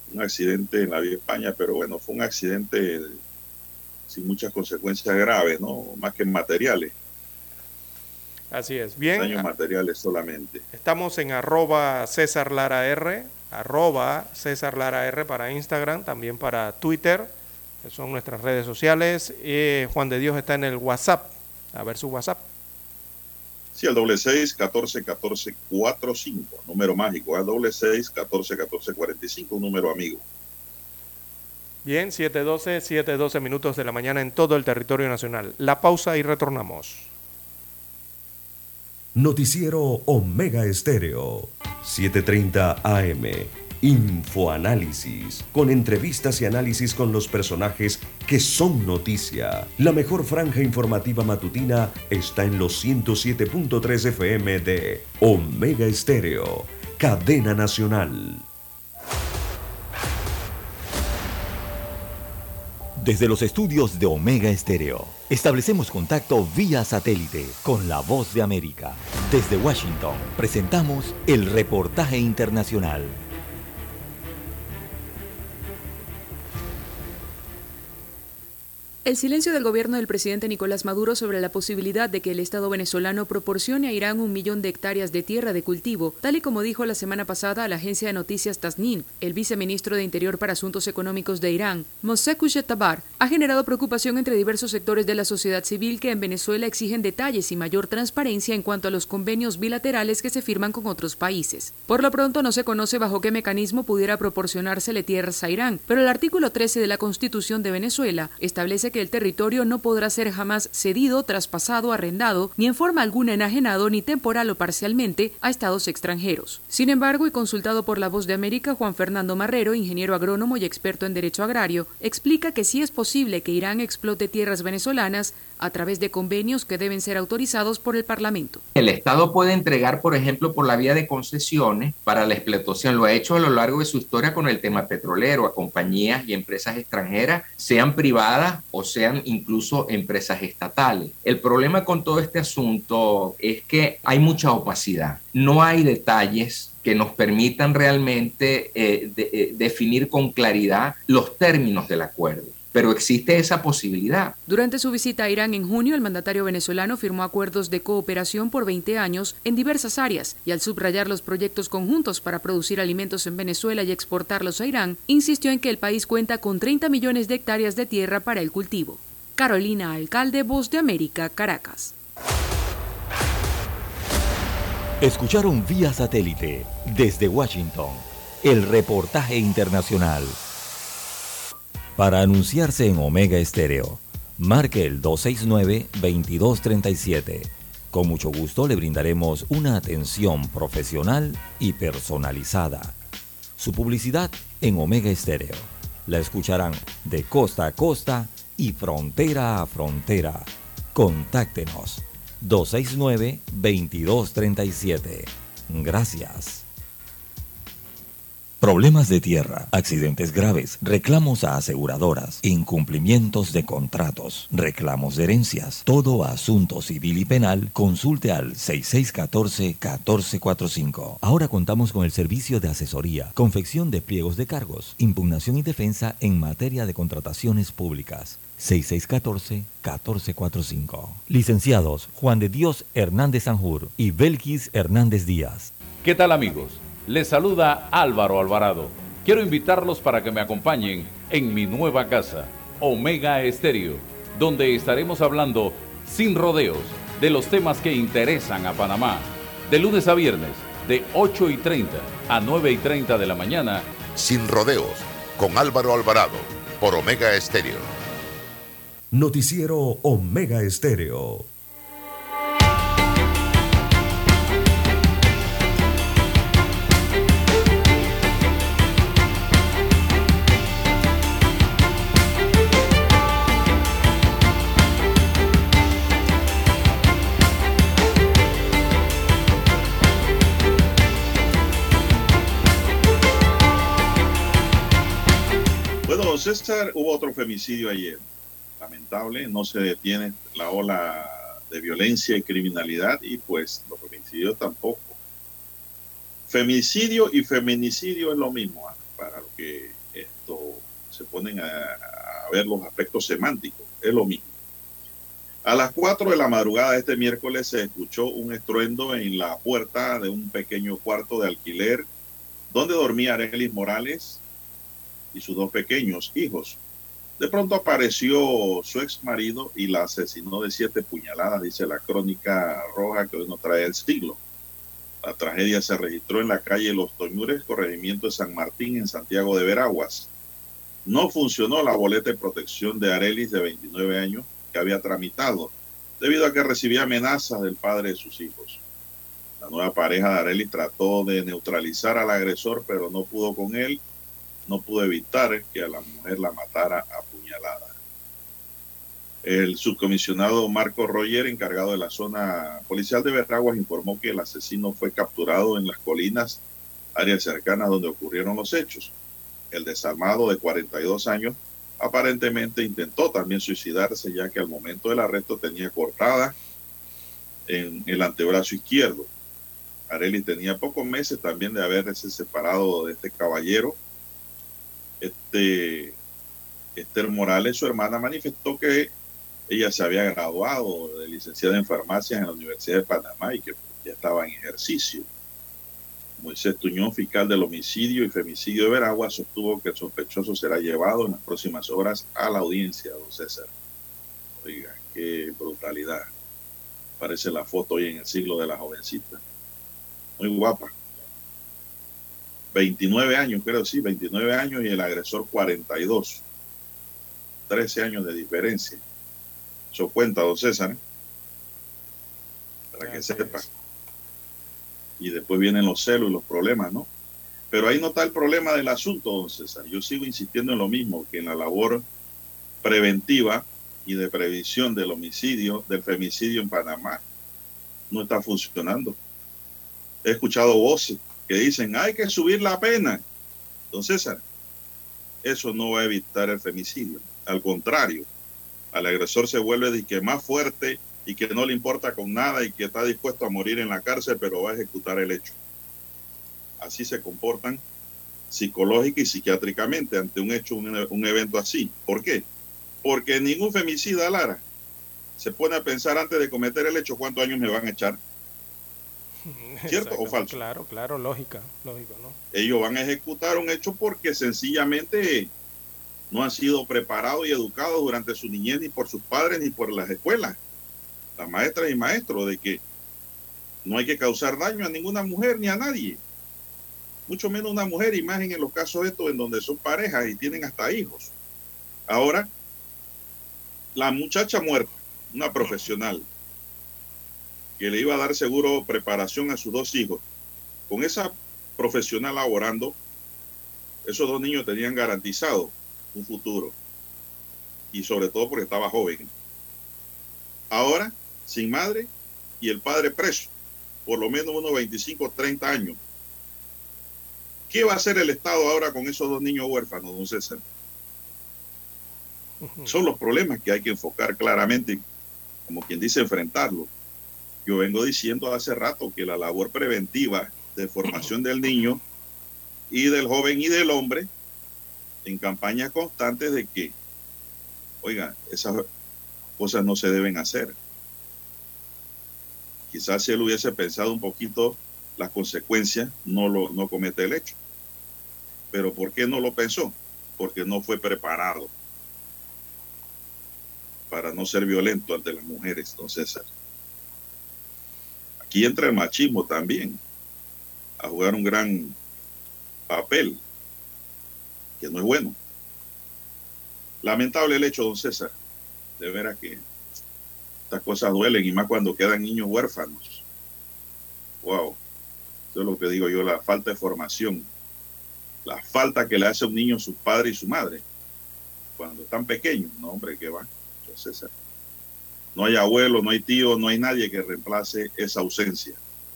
un accidente en la vía España, pero bueno, fue un accidente sin muchas consecuencias graves, ¿no? Más que materiales.
Así es. Bien.
Daños materiales solamente.
Estamos en @César Lara R, @César Lara R para Instagram, también para Twitter, que son nuestras redes sociales. Juan de Dios está en el WhatsApp. A ver su WhatsApp.
Sí, el 66-14-14-45, número mágico, el 66-14-14-45, un número amigo.
Bien, 7:12 minutos de la mañana en todo el territorio nacional. La pausa y retornamos.
Noticiero Omega Estéreo, 7:30 AM. Infoanálisis, con entrevistas y análisis con los personajes que son noticia. La mejor franja informativa matutina está en los 107.3 FM de Omega Estéreo, cadena nacional.
Desde los estudios de Omega Estéreo, establecemos contacto vía satélite con la Voz de América. Desde Washington, presentamos el reportaje internacional.
El silencio del gobierno del presidente Nicolás Maduro sobre la posibilidad de que el Estado venezolano proporcione a Irán 1 millón de hectáreas de tierra de cultivo, tal y como dijo la semana pasada a la agencia de noticias Tasnim, el viceministro de Interior para Asuntos Económicos de Irán, Mosseh Kushet-Tabar, ha generado preocupación entre diversos sectores de la sociedad civil que en Venezuela exigen detalles y mayor transparencia en cuanto a los convenios bilaterales que se firman con otros países. Por lo pronto no se conoce bajo qué mecanismo pudiera proporcionársele tierras a Irán, pero el artículo 13 de la Constitución de Venezuela establece que el territorio no podrá ser jamás cedido, traspasado, arrendado, ni en forma alguna enajenado, ni temporal o parcialmente, a estados extranjeros. Sin embargo, y consultado por La Voz de América, Juan Fernando Marrero, ingeniero agrónomo y experto en derecho agrario, explica que sí es posible que Irán explote tierras venezolanas a través de convenios que deben ser autorizados por el Parlamento.
El Estado puede entregar, por ejemplo, por la vía de concesiones para la explotación. Lo ha hecho a lo largo de su historia con el tema petrolero, a compañías y empresas extranjeras, sean privadas o sean incluso empresas estatales. El problema con todo este asunto es que hay mucha opacidad. No hay detalles que nos permitan realmente definir con claridad los términos del acuerdo. Pero existe esa posibilidad.
Durante su visita a Irán en junio, el mandatario venezolano firmó acuerdos de cooperación por 20 años en diversas áreas y al subrayar los proyectos conjuntos para producir alimentos en Venezuela y exportarlos a Irán, insistió en que el país cuenta con 30 millones de hectáreas de tierra para el cultivo. Carolina Alcalde, Voz de América, Caracas.
Escucharon vía satélite desde Washington el reportaje internacional. Para anunciarse en Omega Estéreo, marque el 269-2237. Con mucho gusto le brindaremos una atención profesional y personalizada. Su publicidad en Omega Estéreo. La escucharán de costa a costa y frontera a frontera. Contáctenos 269-2237. Gracias. Problemas de tierra, accidentes graves, reclamos a aseguradoras, incumplimientos de contratos, reclamos de herencias, todo asunto civil y penal, consulte al 6614-1445. Ahora contamos con el servicio de asesoría, confección de pliegos de cargos, impugnación y defensa en materia de contrataciones públicas. 6614-1445. Licenciados Juan de Dios Hernández Sanjur y Belkis Hernández Díaz.
¿Qué tal, amigos? Les saluda Álvaro Alvarado. Quiero invitarlos para que me acompañen en mi nueva casa, Omega Estéreo, donde estaremos hablando sin rodeos de los temas que interesan a Panamá. De lunes a viernes, de 8:30 a 9:30 de la mañana.
Sin rodeos, con Álvaro Alvarado, por Omega Estéreo.
Noticiero Omega Estéreo.
Bueno, César, hubo otro femicidio ayer. Lamentable, no se detiene la ola de violencia y criminalidad y pues los femicidios tampoco. Femicidio y feminicidio es lo mismo, para los que esto, se ponen a ver los aspectos semánticos, es lo mismo. A las 4 de la madrugada de este miércoles se escuchó un estruendo en la puerta de un pequeño cuarto de alquiler donde dormía Arelis Morales y sus 2 pequeños hijos. De pronto apareció su ex marido y la asesinó de 7 puñaladas, dice la crónica roja que hoy nos trae el siglo. La tragedia se registró en la calle Los Toñures, corregimiento de San Martín, en Santiago de Veraguas. No funcionó la boleta de protección de Arelis, de 29 años, que había tramitado, debido a que recibía amenazas del padre de sus hijos. La nueva pareja de Arelis trató de neutralizar al agresor, pero no pudo con él. No pudo evitar que a la mujer la matara a puñalada. El subcomisionado Marco Roger, encargado de la zona policial de Veraguas, informó que el asesino fue capturado en las colinas, áreas cercanas donde ocurrieron los hechos. El desarmado de 42 años aparentemente intentó también suicidarse, ya que al momento del arresto tenía cortada en el antebrazo izquierdo. Arelis tenía pocos meses también de haberse separado de este caballero. Esther Morales, su hermana, manifestó que ella se había graduado de licenciada en farmacia en la Universidad de Panamá y que ya estaba en ejercicio. Moisés Tuñón, fiscal del homicidio y femicidio de Veraguas, sostuvo que el sospechoso será llevado en las próximas horas a la audiencia, don César. Oiga, qué brutalidad. Parece la foto hoy en el siglo de la jovencita. Muy guapa. 29 años, creo, sí, 29 años y el agresor 42. 13 años de diferencia. Eso cuenta, don César, ¿eh? Para que sepa. Y después vienen los celos y los problemas, ¿no? Pero ahí no está el problema del asunto, don César. Yo sigo insistiendo en lo mismo, que en la labor preventiva y de previsión del homicidio, del femicidio en Panamá, no está funcionando. He escuchado voces que dicen, hay que subir la pena. Don César, eso no va a evitar el femicidio. Al contrario, al agresor se vuelve de que más fuerte y que no le importa con nada y que está dispuesto a morir en la cárcel, pero va a ejecutar el hecho. Así se comportan psicológica y psiquiátricamente ante un hecho, un evento así. ¿Por qué? Porque ningún femicida, Lara, se pone a pensar antes de cometer el hecho cuántos años me van a echar. ¿Cierto o falso?
Claro, lógico, ¿no?
Ellos van a ejecutar un hecho porque sencillamente no han sido preparados y educados durante su niñez ni por sus padres ni por las escuelas, las maestras y maestros, de que no hay que causar daño a ninguna mujer ni a nadie, mucho menos una mujer, y más en los casos estos en donde son parejas y tienen hasta hijos. Ahora, la muchacha muerta, una profesional, que le iba a dar seguro preparación a sus 2 hijos, con esa profesional laborando, esos 2 niños tenían garantizado un futuro, y sobre todo porque estaba joven. Ahora, sin madre y el padre preso, por lo menos unos 25 o 30 años. ¿Qué va a hacer el Estado ahora con esos 2 niños huérfanos, don César? Son los problemas que hay que enfocar claramente, como quien dice, enfrentarlos. Yo vengo diciendo hace rato que la labor preventiva de formación del niño y del joven y del hombre, en campañas constantes de que, oiga, esas cosas no se deben hacer. Quizás si él hubiese pensado un poquito las consecuencias, no comete el hecho. Pero ¿por qué no lo pensó? Porque no fue preparado para no ser violento ante las mujeres, don César. Aquí entra el machismo también a jugar un gran papel, que no es bueno. Lamentable el hecho, don César. De veras que estas cosas duelen, y más cuando quedan niños huérfanos. Wow. Eso es lo que digo yo, la falta de formación. La falta que le hace a un niño su padre y su madre cuando están pequeños. No, hombre, ¿qué va? Don César. No hay abuelo, no hay tío, no hay nadie que reemplace esa ausencia.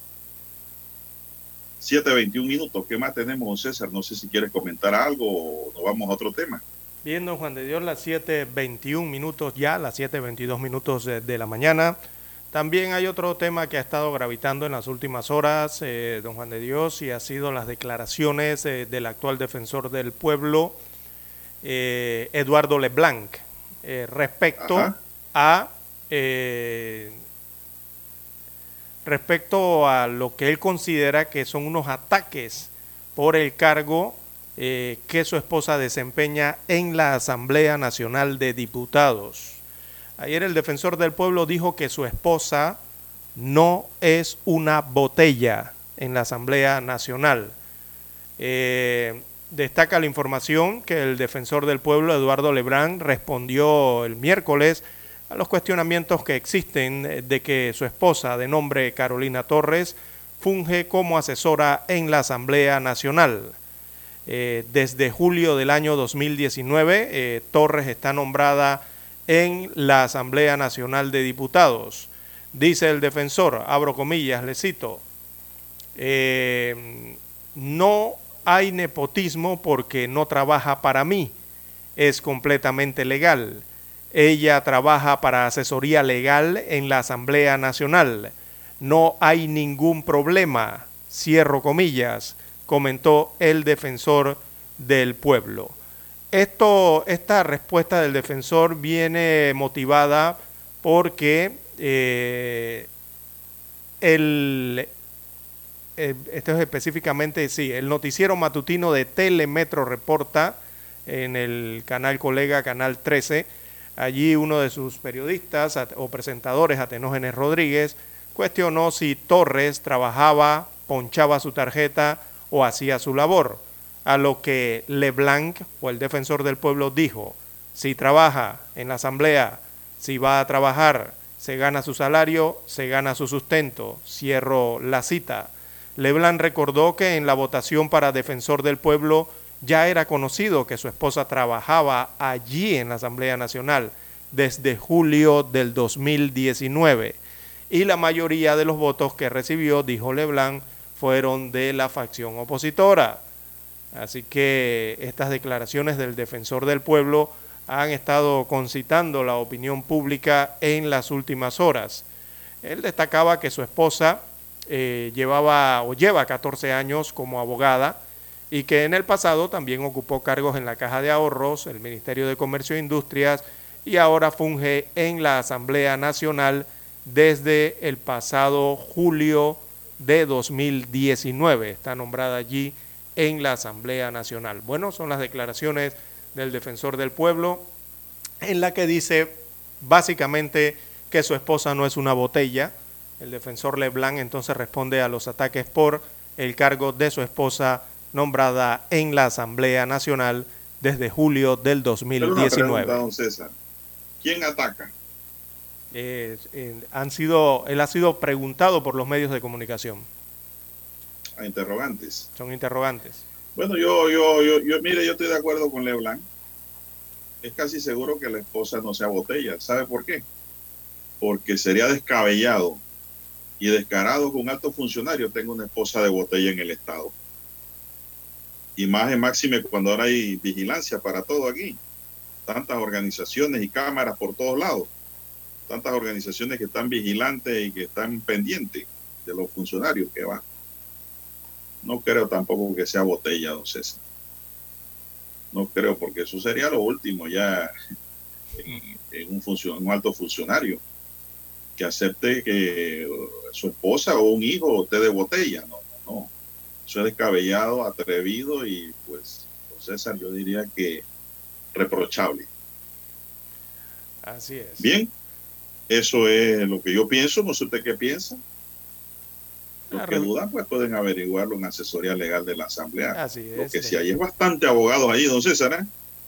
7:21 minutos. ¿Qué más tenemos, don César? No sé si quieres comentar algo o nos vamos a otro tema.
Bien, don Juan de Dios, las 7:21 minutos ya, las 7:22 minutos de la mañana. También hay otro tema que ha estado gravitando en las últimas horas, don Juan de Dios, y ha sido las declaraciones del actual defensor del pueblo, Eduardo Leblanc respecto a lo que él considera que son unos ataques por el cargo que su esposa desempeña en la Asamblea Nacional de Diputados. Ayer el defensor del pueblo dijo que su esposa no es una botella en la Asamblea Nacional. Destaca la información que el defensor del pueblo, Eduardo Leblanc, respondió el miércoles a los cuestionamientos que existen de que su esposa, de nombre Carolina Torres, funge como asesora en la Asamblea Nacional. Desde julio del año 2019, Torres está nombrada en la Asamblea Nacional de Diputados. Dice el defensor, abro comillas, le cito, no hay nepotismo porque no trabaja para mí, es completamente legal. Ella trabaja para asesoría legal en la Asamblea Nacional. No hay ningún problema, cierro comillas, comentó el defensor del pueblo. Esta respuesta del defensor viene motivada porque esto es específicamente, sí, el noticiero matutino de Telemetro reporta en el canal colega, Canal 13, allí uno de sus periodistas o presentadores, Atenógenes Rodríguez, cuestionó si Torres trabajaba, ponchaba su tarjeta o hacía su labor, a lo que Leblanc, o el defensor del pueblo, dijo, si trabaja en la asamblea, si va a trabajar, se gana su salario, se gana su sustento, cierro la cita. Leblanc recordó que en la votación para defensor del pueblo ya era conocido que su esposa trabajaba allí en la Asamblea Nacional desde julio del 2019 y la mayoría de los votos que recibió, dijo Leblanc, fueron de la facción opositora. Así que estas declaraciones del defensor del pueblo han estado concitando la opinión pública en las últimas horas. Él destacaba que su esposa lleva 14 años como abogada y que en el pasado también ocupó cargos en la Caja de Ahorros, el Ministerio de Comercio e Industrias y ahora funge en la Asamblea Nacional desde el pasado julio de 2019. Está nombrada allí en la Asamblea Nacional. Bueno, son las declaraciones del defensor del pueblo en la que dice básicamente que su esposa no es una botella. El defensor Leblanc entonces responde a los ataques por el cargo de su esposa nombrada en la Asamblea Nacional desde julio del 2019.
Pero una pregunta, don César. ¿Quién ataca?
Él ha sido preguntado por los medios de comunicación.
A interrogantes.
Son interrogantes.
Bueno, mire, yo estoy de acuerdo con Leblanc. Es casi seguro que la esposa no sea botella. ¿Sabe por qué? Porque sería descabellado y descarado que un alto funcionario tenga una esposa de botella en el Estado. Y más en máxime cuando ahora hay vigilancia para todo aquí. Tantas organizaciones y cámaras por todos lados. Tantas organizaciones que están vigilantes y que están pendientes de los funcionarios que van. No creo tampoco que sea botella, don César. No creo, porque eso sería lo último ya en un alto funcionario que acepte que su esposa o un hijo esté de botella. No. Eso es descabellado, atrevido y pues, don César, yo diría que reprochable.
Así es.
Bien, eso es lo que yo pienso. No sé usted qué piensa. Los que dudan, pues pueden averiguarlo en asesoría legal de la Asamblea.
Así es.
Lo que sí hay es bastante abogados allí, don César,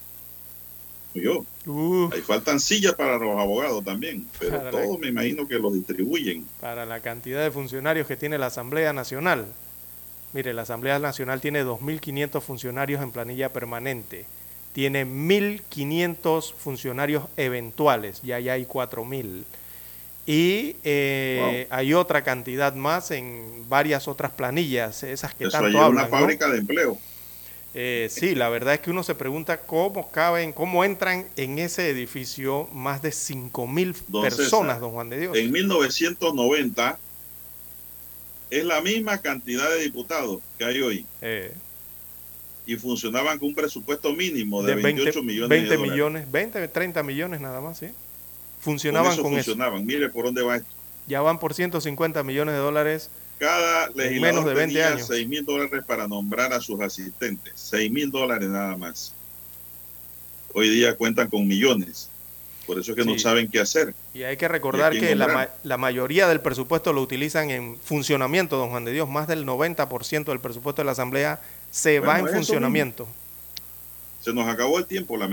ahí faltan sillas para los abogados también, pero todos me imagino que los distribuyen.
Para la cantidad de funcionarios que tiene la Asamblea Nacional. Mire, la Asamblea Nacional tiene 2.500 funcionarios en planilla permanente. Tiene 1.500 funcionarios eventuales, ya hay 4.000. Y hay otra cantidad más en varias otras planillas, esas que
eso
tanto hablan.
Una fábrica de empleo.
Sí, la verdad es que uno se pregunta cómo entran en ese edificio más de 5.000 personas,
César,
don Juan de Dios.
En 1990 es la misma cantidad de diputados que hay hoy. y funcionaban con un presupuesto mínimo de 28 millones de dólares.
30 millones nada más, ¿sí?
Funcionaban con eso. Mire por dónde va esto.
Ya van por 150 millones de dólares.
Cada legislador
menos de 20
tenía
años.
$6,000 para nombrar a sus asistentes. $6,000 nada más. Hoy día cuentan con millones. Por eso es que no saben qué hacer.
Y hay que recordar que la mayoría del presupuesto lo utilizan en funcionamiento, don Juan de Dios. Más del 90% del presupuesto de la Asamblea va en funcionamiento.
Se nos acabó el tiempo, lamentablemente.